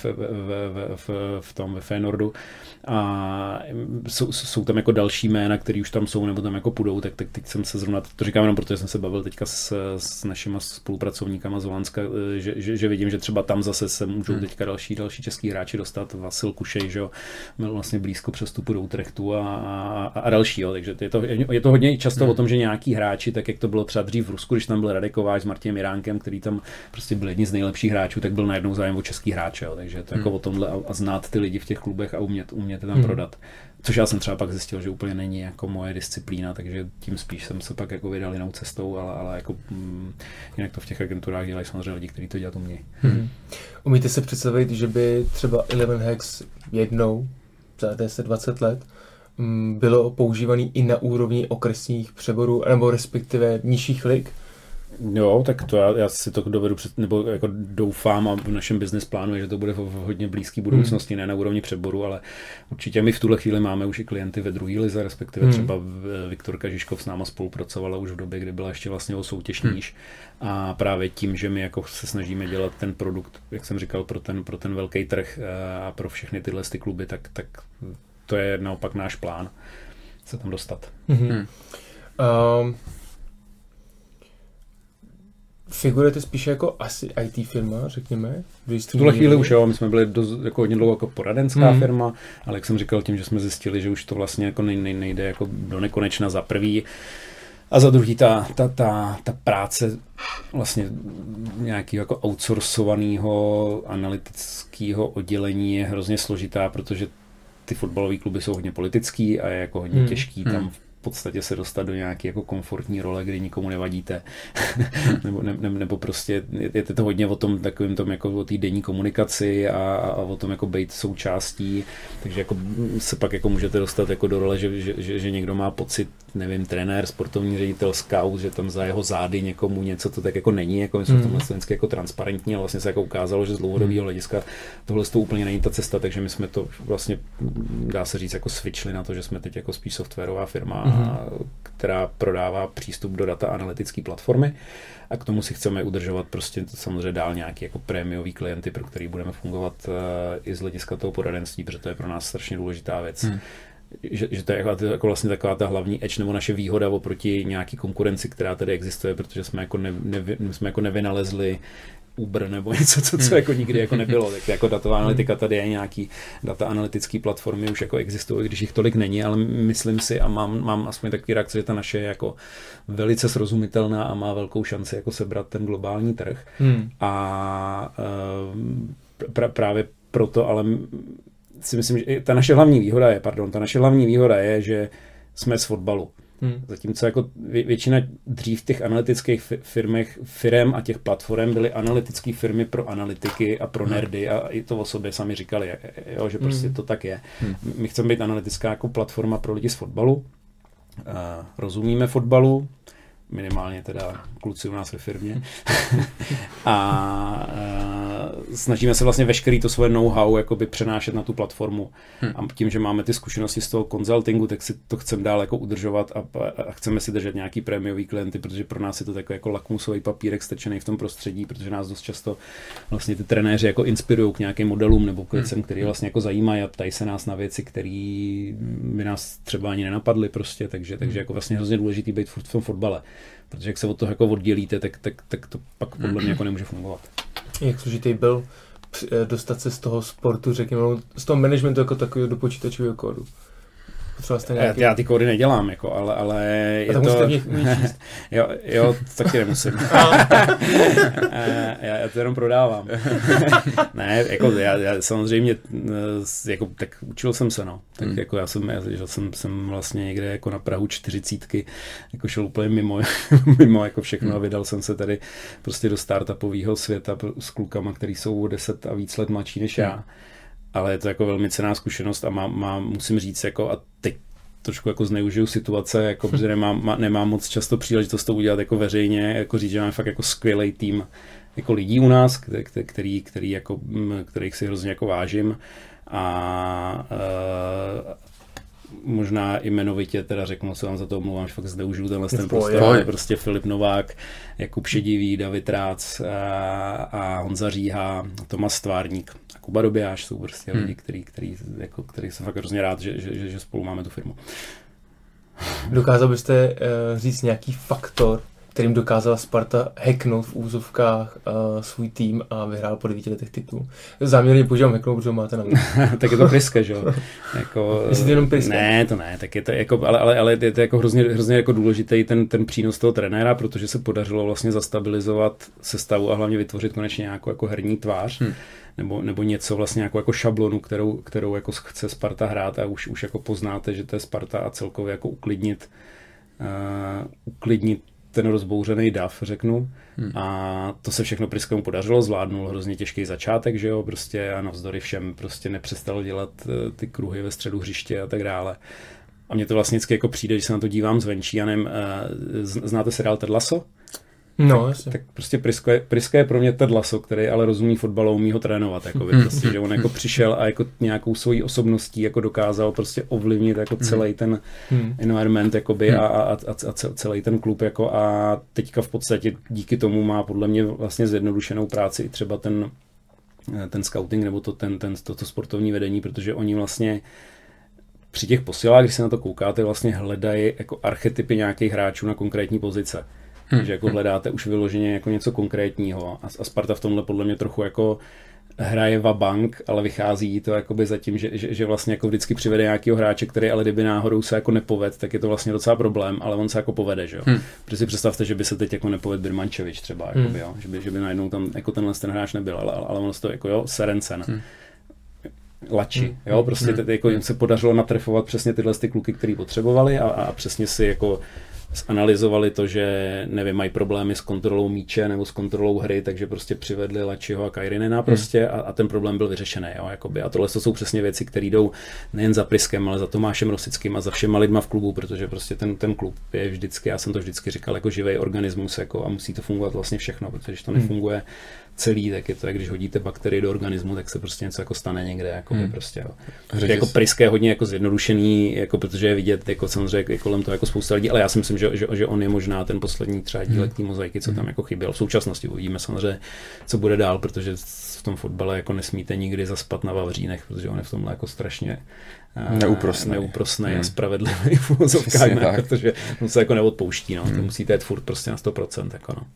v tom ve Feyenoordu a jsou tam jako další jména, který už tam jsou nebo tam jako půjdou, tak teď jsem se zrovna, to říkám jenom protože jsem se bavil teďka s našima spolupracovníkama z Holandska, že vidím, že třeba tam zase se můžou teďka další český hráči dostat, Vasil Kušej, že jo, byl vlastně blízko přestupu do Utrechtu a další, jo, takže je to hodně často o tom, že nějaký hráči, tak jak to bylo třeba dřív v Rusku, když tam byl Radek Kováč s Martinem Jiránkem, který tam prostě byl jedni z nejlepších hráčů, tak byl najednou zájem o český hráče, jo, takže to jako o tomhle a znát ty lidi v těch klubech a umět tam prodat. Což já jsem třeba pak zjistil, že úplně není jako moje disciplína, takže tím spíš jsem se pak jako vydal jinou cestou, ale jako jinak to v těch agenturách dělají samozřejmě lidi, kteří to dělat umějí. Umíte se představit, že by třeba 11hacks jednou za 10-20 let bylo používaný i na úrovni okresních přeborů, nebo respektive nižších lig? Jo, tak to já si to dovedu nebo jako doufám a v našem business plánu je, že to bude v hodně blízké budoucnosti, ne na úrovni přeboru, ale určitě my v tuhle chvíli máme už i klienty ve druhé lize, respektive třeba Viktorka Žižkov s náma spolupracovala už v době, kdy byla ještě vlastně o soutěž níž a právě tím, že my jako se snažíme dělat ten produkt, jak jsem říkal, pro ten velký trh a pro všechny tyhle kluby, tak to je naopak náš plán se tam dostat. Figurujete spíše jako asi IT firma, řekněme? V tuhle chvíli už jo, my jsme byli jako hodně dlouho jako poradenská firma, ale jak jsem říkal, tím, že jsme zjistili, že už to vlastně jako nejde jako do nekonečna za prvý a za druhý ta práce vlastně nějakého jako outsourcovaného analytického oddělení je hrozně složitá, protože ty fotbalové kluby jsou hodně politický a je jako hodně těžký tam v podstatě se dostat do nějaké jako komfortní role, kdy nikomu nevadíte. nebo prostě je to hodně o tom takovým tom jako o té denní komunikaci a o tom jako být součástí, takže jako se pak jako můžete dostat jako do role, že někdo má pocit, nevím, trenér, sportovní ředitel, scout, že tam za jeho zády někomu něco to tak jako není, jako jsou tomhle slovenské jako transparentní, ale vlastně se jako ukázalo, že z dlouhodobého hlediska tohle to úplně není ta cesta, takže my jsme to vlastně, dá se říct, jako switchli na to, že jsme teď jako spíš softwarová firma, která prodává přístup do data analytické platformy a k tomu si chceme udržovat prostě samozřejmě dál nějaký jako prémiový klienty, pro který budeme fungovat i z hlediska toho poradenství, protože to je pro nás strašně důležitá věc. že to je jako vlastně taková ta hlavní edge nebo naše výhoda oproti nějaký konkurenci, která tady existuje, protože jsme jako nevynalezli Uber nebo něco, co jako nikdy jako nebylo. Tak jako datová analytika, tady je nějaký data analytické platformy, už jako existují, když jich tolik není, ale myslím si a mám aspoň takový reakce, že ta naše je jako velice srozumitelná a má velkou šanci jako sebrat ten globální trh. A právě proto, ale si myslím, že ta naše hlavní výhoda je, že jsme z fotbalu. Zatímco jako většina dřív těch analytických firem a těch platform byly analytické firmy pro analytiky a pro nerdy a i to o sobě sami říkali, jo, že prostě to tak je. My chceme být analytická jako platforma pro lidi z fotbalu. Rozumíme fotbalu, minimálně teda kluci u nás ve firmě. A snažíme se vlastně veškerý to svoje know-how jakoby přenášet na tu platformu. A tím, že máme ty zkušenosti z toho consultingu, tak si to chceme dál jako udržovat a chceme si držet nějaký prémiový klienty, protože pro nás je to takový jako lakmusový papírek strčený v tom prostředí, protože nás dost často vlastně ty trenéři jako inspirují k nějakým modelům nebo k věcem, který vlastně jako zajímají a ptají se nás na věci, které by nás třeba ani nenapadly prostě, takže jako vlastně hrozně důležitý být furt v tom fotbale. Protože jak se od toho jako oddělíte, tak to pak podle mě jako nemůže fungovat. Jak složitý byl dostat se z toho sportu, řekněme, z toho managementu jako takového do počítačového kódu? Já ty kódy nedělám, jako, ale je to... jo, taky nemusím. já to jenom prodávám. Ne, jako já samozřejmě, jako, tak učil jsem se, no. Tak jako já jsem vlastně někde jako na prahu 40, jako šel úplně mimo jako všechno a vydal jsem se tady prostě do startupového světa s klukama, který jsou o 10 a víc let mladší než já. Ale je to jako velmi cenná zkušenost a musím říct, jako, a teď trošku jako zneužiju situace, jako, protože nemám moc často příležitost to udělat jako veřejně, jako říct, že máme fakt jako skvělý tým jako lidí u nás, kterých si hrozně jako vážím a možná i jmenovitě teda řeknu, co vám za to omlouvám, že fakt zneužiju ten prostor, prostě Filip Novák, Jakub Šedivý, David Rác a Honza Říha, Tomáš Stvárník a Kuba Dobijáš jsou prostě lidi, který jsem fakt hrozně rád, že spolu máme tu firmu. Dokázal byste říct nějaký faktor, kterým dokázala Sparta hacknout v úzovkách svůj tým a vyhrál po 9 letech titul? Záměrně používám hacknout, protože máte na mě. Tak je to Priske, že jo? Jako, jestli to jenom Priske? Ne, to ne, tak je to jako, ale je to jako hrozně jako důležitý ten přínos toho trenéra, protože se podařilo vlastně zastabilizovat sestavu a hlavně vytvořit konečně nějakou jako herní tvář. Nebo něco vlastně jako šablonu, kterou jako chce Sparta hrát a už jako poznáte, že to je Sparta a celkově jako uklidnit ten rozbouřený dav, řeknu. A to se všechno Priskemu podařilo, zvládnul hrozně těžký začátek, že jo, prostě a navzdory všem prostě nepřestal dělat ty kruhy ve středu hřiště a tak dále. A mně to vlastně jako přijde, že se na to dívám zvenčí, já nevím, znáte seriál Ted Lasso? No, jasně. Tak prostě Priska je pro mě Ted Lasso, který ale rozumí fotbalu, umí ho trénovat, prostě, že on jako přišel a jako nějakou svojí osobností jako dokázal prostě ovlivnit jako celý ten environment jakoby, a celý ten klub jako a teďka v podstatě díky tomu má podle mě vlastně zjednodušenou práci i třeba ten scouting nebo to sportovní vedení, protože oni vlastně při těch posilách, když se na to koukáte, vlastně hledají jako archetypy nějakých hráčů na konkrétní pozice. Že jako hledáte už vyloženě jako něco konkrétního a Sparta v tomhle podle mě trochu jako hraje vabank, ale vychází to jakoby za tím, že vlastně jako vždycky přivede nějakého hráče, který ale kdyby náhodou se jako nepoved, tak je to vlastně docela problém, ale on se jako povede, že jo. Protože si představte, že by se teď jako nepovedl Birmančevič třeba, jakoby, jo? Že by najednou tam jako tenhle ten hráč nebyl, ale on se to jako jo, Serencen. Lači, jo, prostě jako jim se podařilo natrefovat přesně tyhle ty kluky, který potřebovali a přesně si jako zanalyzovali to, že nevím, mají problémy s kontrolou míče nebo s kontrolou hry, takže prostě přivedli Lačiho a Kairinena prostě a ten problém byl vyřešený, jo, jakoby. A tohle jsou přesně věci, které jdou nejen za Priskem, ale za Tomášem Rosickým a za všema lidma v klubu, protože prostě ten klub je vždycky, já jsem to vždycky říkal, jako živý organismus jako, a musí to fungovat vlastně všechno, protože když to nefunguje celý, tak je to, jak když hodíte bakterii do organismu, tak se prostě něco jako stane někde, jako prostě. Jako Priske je hodně jako zjednodušený, jako protože je vidět, jako samozřejmě kolem toho jako spousta lidí, ale já si myslím, že on je možná ten poslední třeba dílek té mozaiky, co tam jako chyběl. V současnosti uvidíme samozřejmě, co bude dál, protože v tom fotbale jako nesmíte nikdy zaspat na vavřínech, protože on je v tomhle jako strašně neúprosný a spravedlivý v uvozovkách, protože on se jako neodpouští, no. To musíte jít furt prostě na 100%, jako no.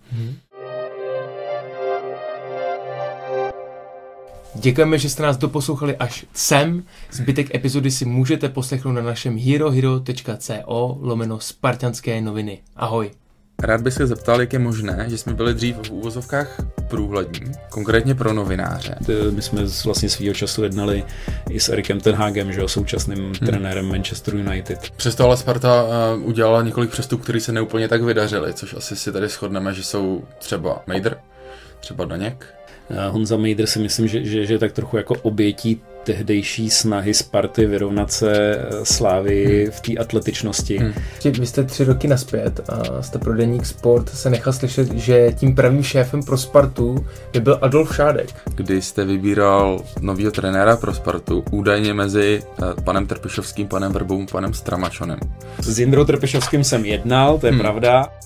Děkujeme, že jste nás doposlouchali až sem. Zbytek epizody si můžete poslechnout na našem herohero.co/spartanské noviny. Ahoj. Rád bych se zeptal, jak je možné, že jsme byli dřív v úvozovkách průhlední, konkrétně pro novináře. My jsme vlastně svýho času jednali i s Erikem Ten Hagem, že jo, současným trenérem Manchester United. Přesto ale Sparta udělala několik přestupů, které se neúplně tak vydařily, což asi si tady shodneme, že jsou třeba Mejdr, třeba Daněk. Honza Mejdr si myslím, že je tak trochu jako obětí tehdejší snahy Sparty vyrovnat se Slávii v té atletičnosti. Vy jste 3 roky nazpět a jste pro deník Sport se nechal slyšet, že tím pravým šéfem pro Spartu by byl Adolf Šádek. Kdy jste vybíral novýho trenéra pro Spartu, údajně mezi panem Trpišovským, panem Vrbou, panem Stramačonem. S Jindrou Trpišovským jsem jednal, to je pravda.